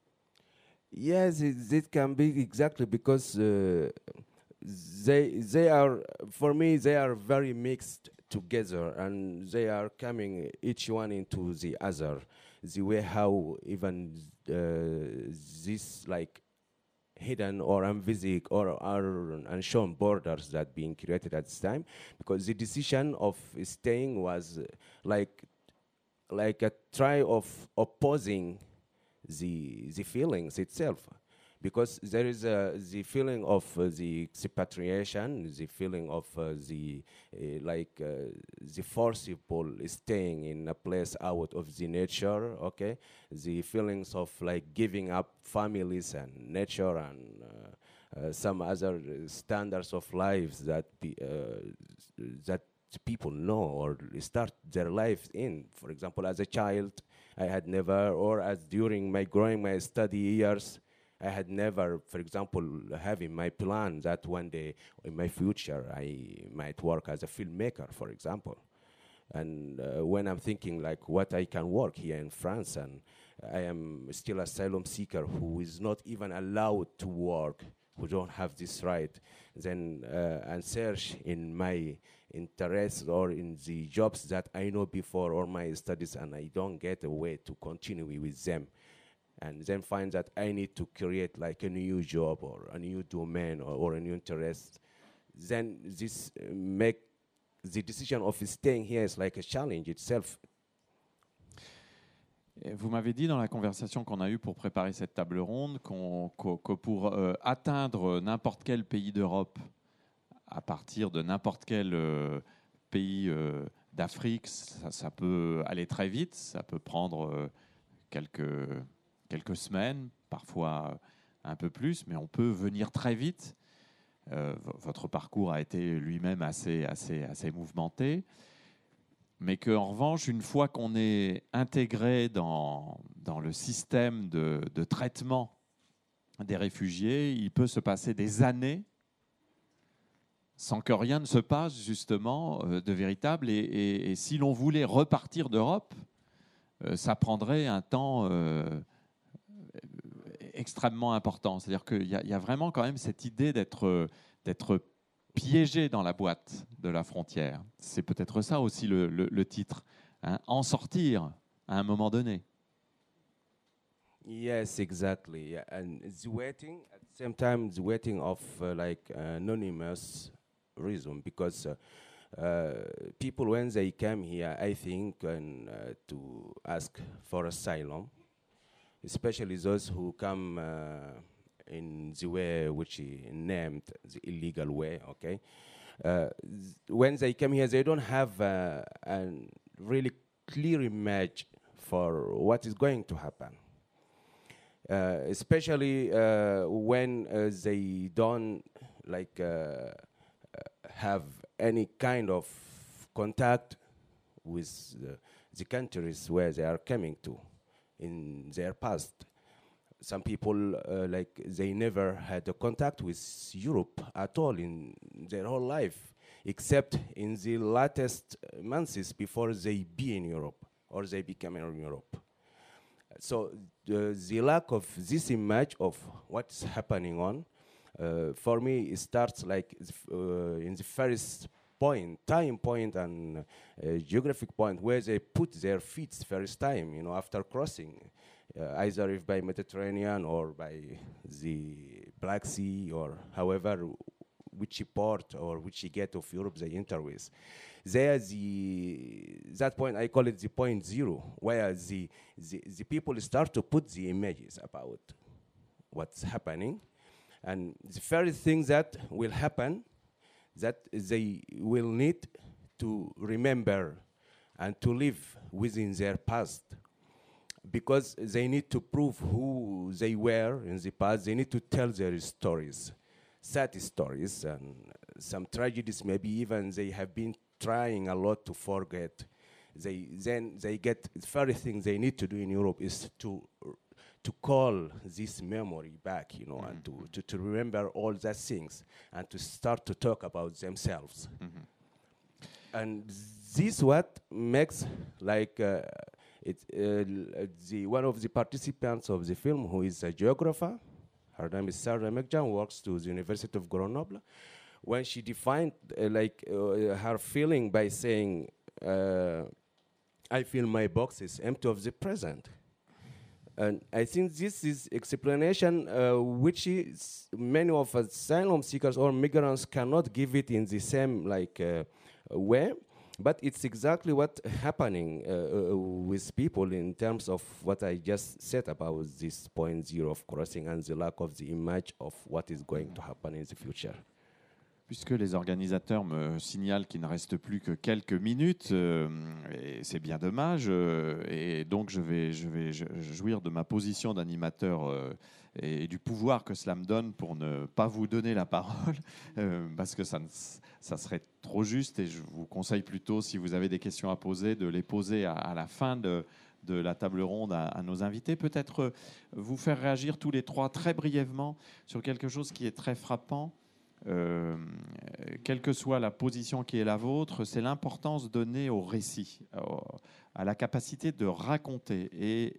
Yes, it, it can be exactly because uh, they, they are, for me, they are very mixed together and they are coming each one into the other. The way how even uh, this like hidden or invisible or are unshown borders that being created at this time, because the decision of staying was uh, like like a try of opposing the the feelings itself, because there is uh, the feeling of uh, the expatriation, the feeling of uh, the uh, like uh, the forcible staying in a place out of the nature, okay, the feelings of like giving up families and nature and uh, uh, some other standards of lives that be, uh, that people know or start their lives in. For example, as a child, I had never, or as during my growing my study years, I had never, for example, having my plan that one day in my future I might work as a filmmaker, for example. And uh, when I'm thinking like what I can work here in France, and I am still asylum seeker who is not even allowed to work, who don't have this right, then uh, and search in my interests or in the jobs that I know before or my studies, and I don't get a way to continue with them. And then find that I need to create like a new job or a new domain or, or a new interest. Then this uh, make the decision of staying here is like a challenge itself. Vous m'avez dit dans la conversation qu'on a eue pour préparer cette table ronde qu'on, qu'au, que pour euh, atteindre n'importe quel pays d'Europe, à partir de n'importe quel euh, pays euh, d'Afrique, ça, ça peut aller très vite, ça peut prendre euh, quelques... quelques semaines, parfois un peu plus, mais on peut venir très vite. Euh, votre parcours a été lui-même assez, assez, assez mouvementé, mais qu'en revanche, une fois qu'on est intégré dans, dans le système de, de traitement des réfugiés, il peut se passer des années sans que rien ne se passe, justement, euh, de véritable. Et, et, et si l'on voulait repartir d'Europe, euh, ça prendrait un temps... Euh, extrêmement important. C'est-à-dire qu'il y, y a vraiment quand même cette idée d'être, d'être piégé dans la boîte de la frontière. C'est peut-être ça aussi le, le, le titre, hein, en sortir à un moment donné. Yes, exactly. Yeah. And the waiting, at the same time, the waiting of uh, like anonymous reason, because uh, uh, people, when they come here, I think, and uh, to ask for asylum, especially those who come uh, in the way which is named the illegal way, okay? Uh, when they come here, they don't have uh, a really clear image for what is going to happen. Uh, especially uh, when uh, they don't like uh, uh, have any kind of contact with the, the countries where they are coming to in their past. Some people uh, like they never had a contact with Europe at all in their whole life, except in the latest months before they be in Europe or they become in Europe. So uh, the lack of this image of what's happening on, uh, for me, it starts like uh, in the first point, time point and uh, geographic point where they put their feet first time, you know, after crossing, uh, either if by Mediterranean or by the Black Sea or however, which port or which gate of Europe they enter with. There, the that point I call it the point zero, where the, the the people start to put the images about what's happening, and the first thing that will happen, that they will need to remember and to live within their past, because they need to prove who they were in the past. They need to tell their stories, sad stories, and some tragedies. Maybe even they have been trying a lot to forget. They then they get the first thing they need to do in Europe is to to call this memory back, you know, mm-hmm. and to, to, to remember all those things and to start to talk about themselves. Mm-hmm. And this what makes like uh, it uh, the one of the participants of the film, who is a geographer, her name is Sarah Mekjan, works to the University of Grenoble. When she defined uh, like uh, her feeling by saying, uh, I feel my box is empty of the present. And I think this is explanation uh, which is many of us asylum seekers or migrants cannot give it in the same like uh, way, but it's exactly what's happening uh, uh, with people in terms of what I just said about this point zero of crossing and the lack of the image of what is going to happen in the future. Puisque les organisateurs me signalent qu'il ne reste plus que quelques minutes, euh, et c'est bien dommage, euh, et donc je vais, je vais jouir de ma position d'animateur euh, et, et du pouvoir que cela me donne pour ne pas vous donner la parole, euh, parce que ça, ne, ça serait trop juste, et je vous conseille plutôt, si vous avez des questions à poser, de les poser à, à la fin de, de la table ronde à, à nos invités. Peut-être euh, vous faire réagir tous les trois très brièvement sur quelque chose qui est très frappant. Euh, quelle que soit la position qui est la vôtre, c'est l'importance donnée au récit, à la capacité de raconter. Et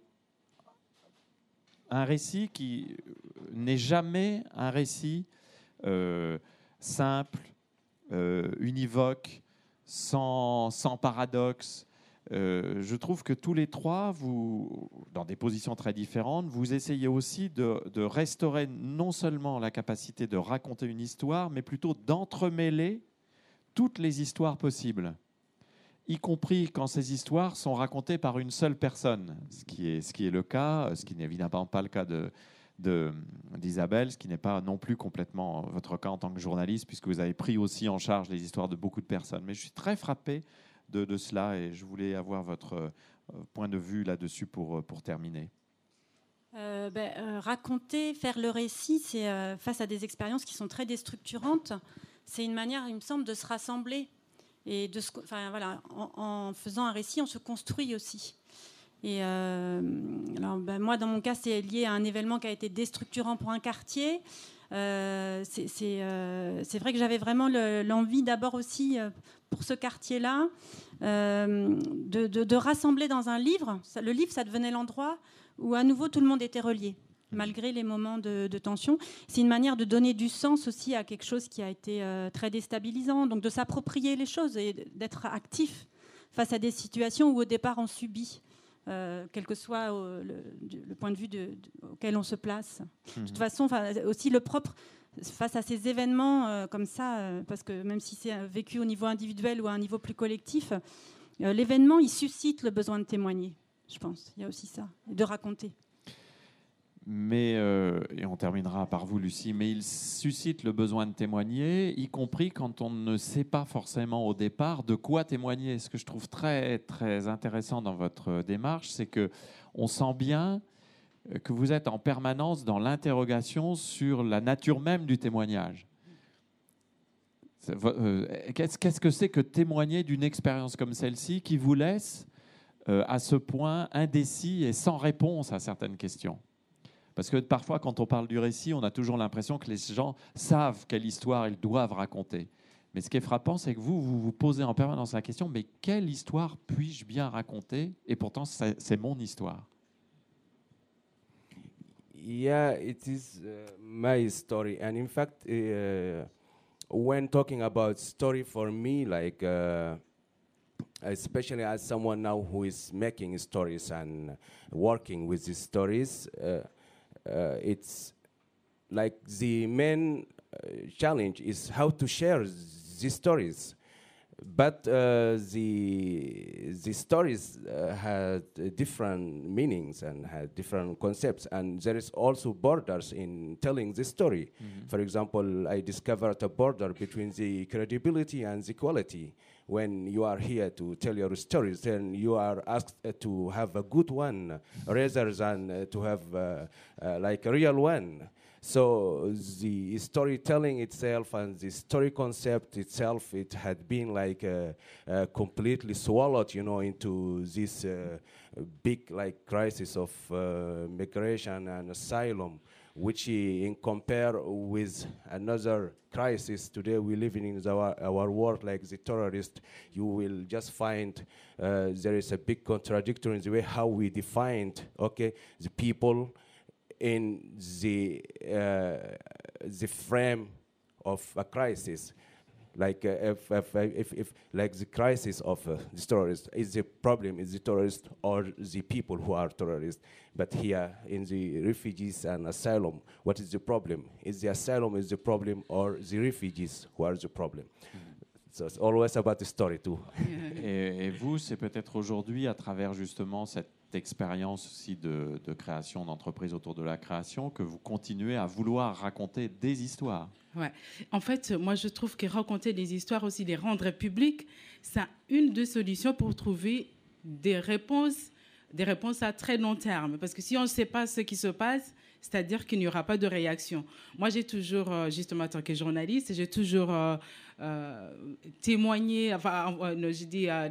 un récit qui n'est jamais un récit euh, simple, euh, univoque, sans, sans paradoxe. Euh, je trouve que tous les trois, vous, dans des positions très différentes, vous essayez aussi de, de restaurer non seulement la capacité de raconter une histoire, mais plutôt d'entremêler toutes les histoires possibles, y compris quand ces histoires sont racontées par une seule personne, ce qui est, ce qui est le cas, ce qui n'est évidemment pas le cas de, de, d'Isabelle, ce qui n'est pas non plus complètement votre cas en tant que journaliste, puisque vous avez pris aussi en charge les histoires de beaucoup de personnes. Mais je suis très frappé De, de cela, et je voulais avoir votre euh, point de vue là-dessus pour, pour terminer. Euh, ben, euh, raconter, faire le récit, c'est euh, face à des expériences qui sont très déstructurantes, c'est une manière, il me semble, de se rassembler. Et de se, enfin, voilà, en, en faisant un récit, on se construit aussi. Et euh, alors, ben, moi, dans mon cas, c'est lié à un événement qui a été déstructurant pour un quartier. Euh, c'est, c'est, euh, c'est vrai que j'avais vraiment le, l'envie d'abord aussi euh, pour ce quartier-là euh, de, de, de rassembler dans un livre. Ça, le livre, ça devenait l'endroit où à nouveau tout le monde était relié. malgré les moments de, de tension. C'est une manière de donner du sens aussi à quelque chose qui a été euh, très déstabilisant, donc de s'approprier les choses et d'être actif face à des situations où au départ on subit, euh, quel que soit euh, le, le point de vue de, de, auquel on se place. Mmh. De toute façon, aussi le propre face à ces événements euh, comme ça, euh, parce que même si c'est vécu au niveau individuel ou à un niveau plus collectif, euh, l'événement, il suscite le besoin de témoigner, je pense. Il y a aussi ça, et de raconter. Mais, euh, et on terminera par vous, Lucie, mais il suscite le besoin de témoigner, y compris quand on ne sait pas forcément au départ de quoi témoigner. Ce que je trouve très, très intéressant dans votre démarche, c'est qu'on sent bien que vous êtes en permanence dans l'interrogation sur la nature même du témoignage. Qu'est-ce, qu'est-ce que c'est que témoigner d'une expérience comme celle-ci qui vous laisse euh, à ce point indécis et sans réponse à certaines questions ? Parce que parfois, quand on parle du récit, on a toujours l'impression que les gens savent quelle histoire ils doivent raconter. Mais ce qui est frappant, c'est que vous, vous vous posez en permanence la question, mais quelle histoire puis-je bien raconter ? Et pourtant, c'est, c'est mon histoire. Yeah, it is uh, my story. And in fact, uh, when talking about story for me, like, uh, especially as someone now who is making stories and working with these stories, uh, Uh, it's like the main uh, challenge is how to share these stories. But uh, the, the stories uh, had uh, different meanings and had different concepts. And there is also borders in telling the story. Mm-hmm. For example, I discovered a border between the credibility and the quality. When you are here to tell your stories, then you are asked uh, to have a good one rather than uh, to have uh, uh, like a real one. So the storytelling itself and the story concept itself, it had been like uh, uh, completely swallowed, you know, into this uh, big like crisis of uh, migration and asylum, which in compare with another crisis today we live in our, our world, like the terrorist, you will just find uh, there is a big contradiction in the way how we defined, okay, the people in the uh, the frame of a crisis. Like uh, if, if, if, if like the crisis of uh, the terrorist, is the problem is the terrorist or the people who are terrorists? But here in the refugees and asylum, what is the problem? Is the asylum is the problem or the refugees who are the problem? Mm-hmm. So it's always about the story too. et, et vous, c'est peut-être aujourd'hui à travers justement cette expérience aussi de, de création d'entreprise autour de la création que vous continuez à vouloir raconter des histoires. Ouais. En fait, moi, je trouve que raconter des histoires, aussi les rendre publiques, c'est une des solutions pour trouver des réponses, des réponses à très long terme. Parce que si on ne sait pas ce qui se passe, c'est-à-dire qu'il n'y aura pas de réaction. Moi, j'ai toujours, justement, en tant que journaliste, j'ai toujours euh, euh, témoigné, enfin, euh, je dis, euh,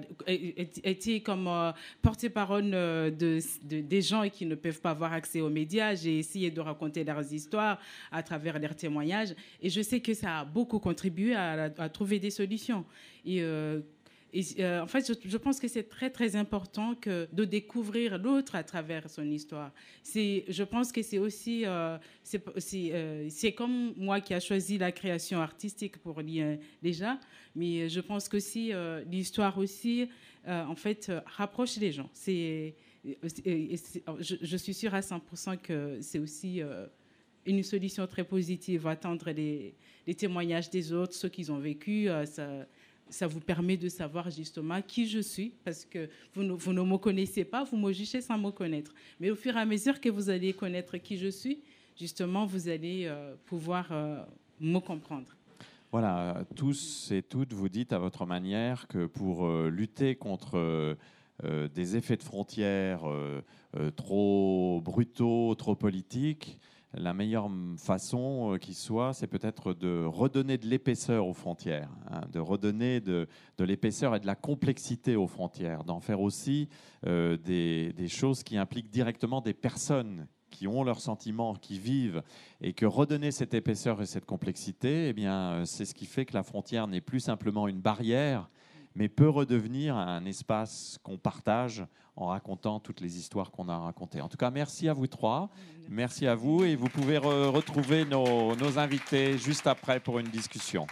été comme euh, porte-parole de, de, des gens qui ne peuvent pas avoir accès aux médias. J'ai essayé de raconter leurs histoires à travers leurs témoignages. Et je sais que ça a beaucoup contribué à, à trouver des solutions. Et euh, Et, euh, en fait, je, je pense que c'est très, très important que de découvrir l'autre à travers son histoire. C'est, je pense que c'est aussi... Euh, c'est, c'est, euh, c'est comme moi qui a choisi la création artistique pour lire déjà, mais je pense qu'aussi euh, l'histoire aussi, euh, en fait, euh, rapproche les gens. C'est, c'est, c'est, je, je suis sûre à cent pour cent que c'est aussi... Euh, une solution très positive, attendre les, les témoignages des autres, ceux qu'ils ont vécu, euh, ça... Ça vous permet de savoir justement qui je suis, parce que vous ne, vous ne me connaissez pas, vous me jugez sans me connaître. Mais au fur et à mesure que vous allez connaître qui je suis, justement, vous allez euh, pouvoir euh, me comprendre. Voilà, tous et toutes, vous dites à votre manière que pour euh, lutter contre euh, euh, des effets de frontières euh, euh, trop brutaux, trop politiques, la meilleure façon euh, qui soit, c'est peut-être de redonner de l'épaisseur aux frontières, hein, de redonner de, de l'épaisseur et de la complexité aux frontières, d'en faire aussi euh, des, des choses qui impliquent directement des personnes qui ont leurs sentiments, qui vivent, et que redonner cette épaisseur et cette complexité, eh bien, c'est ce qui fait que la frontière n'est plus simplement une barrière, mais peut redevenir un espace qu'on partage en racontant toutes les histoires qu'on a racontées. En tout cas, merci à vous trois, merci à vous, et vous pouvez re retrouver nos, nos invités juste après pour une discussion.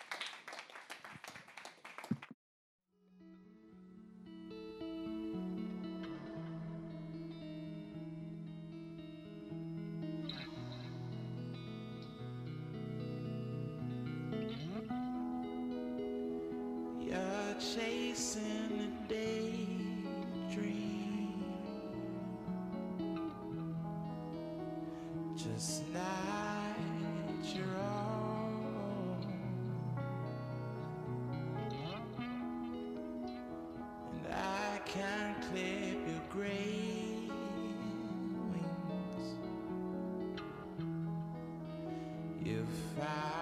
Chasing a daydream, just not your own, and I can't clip your gray wings if I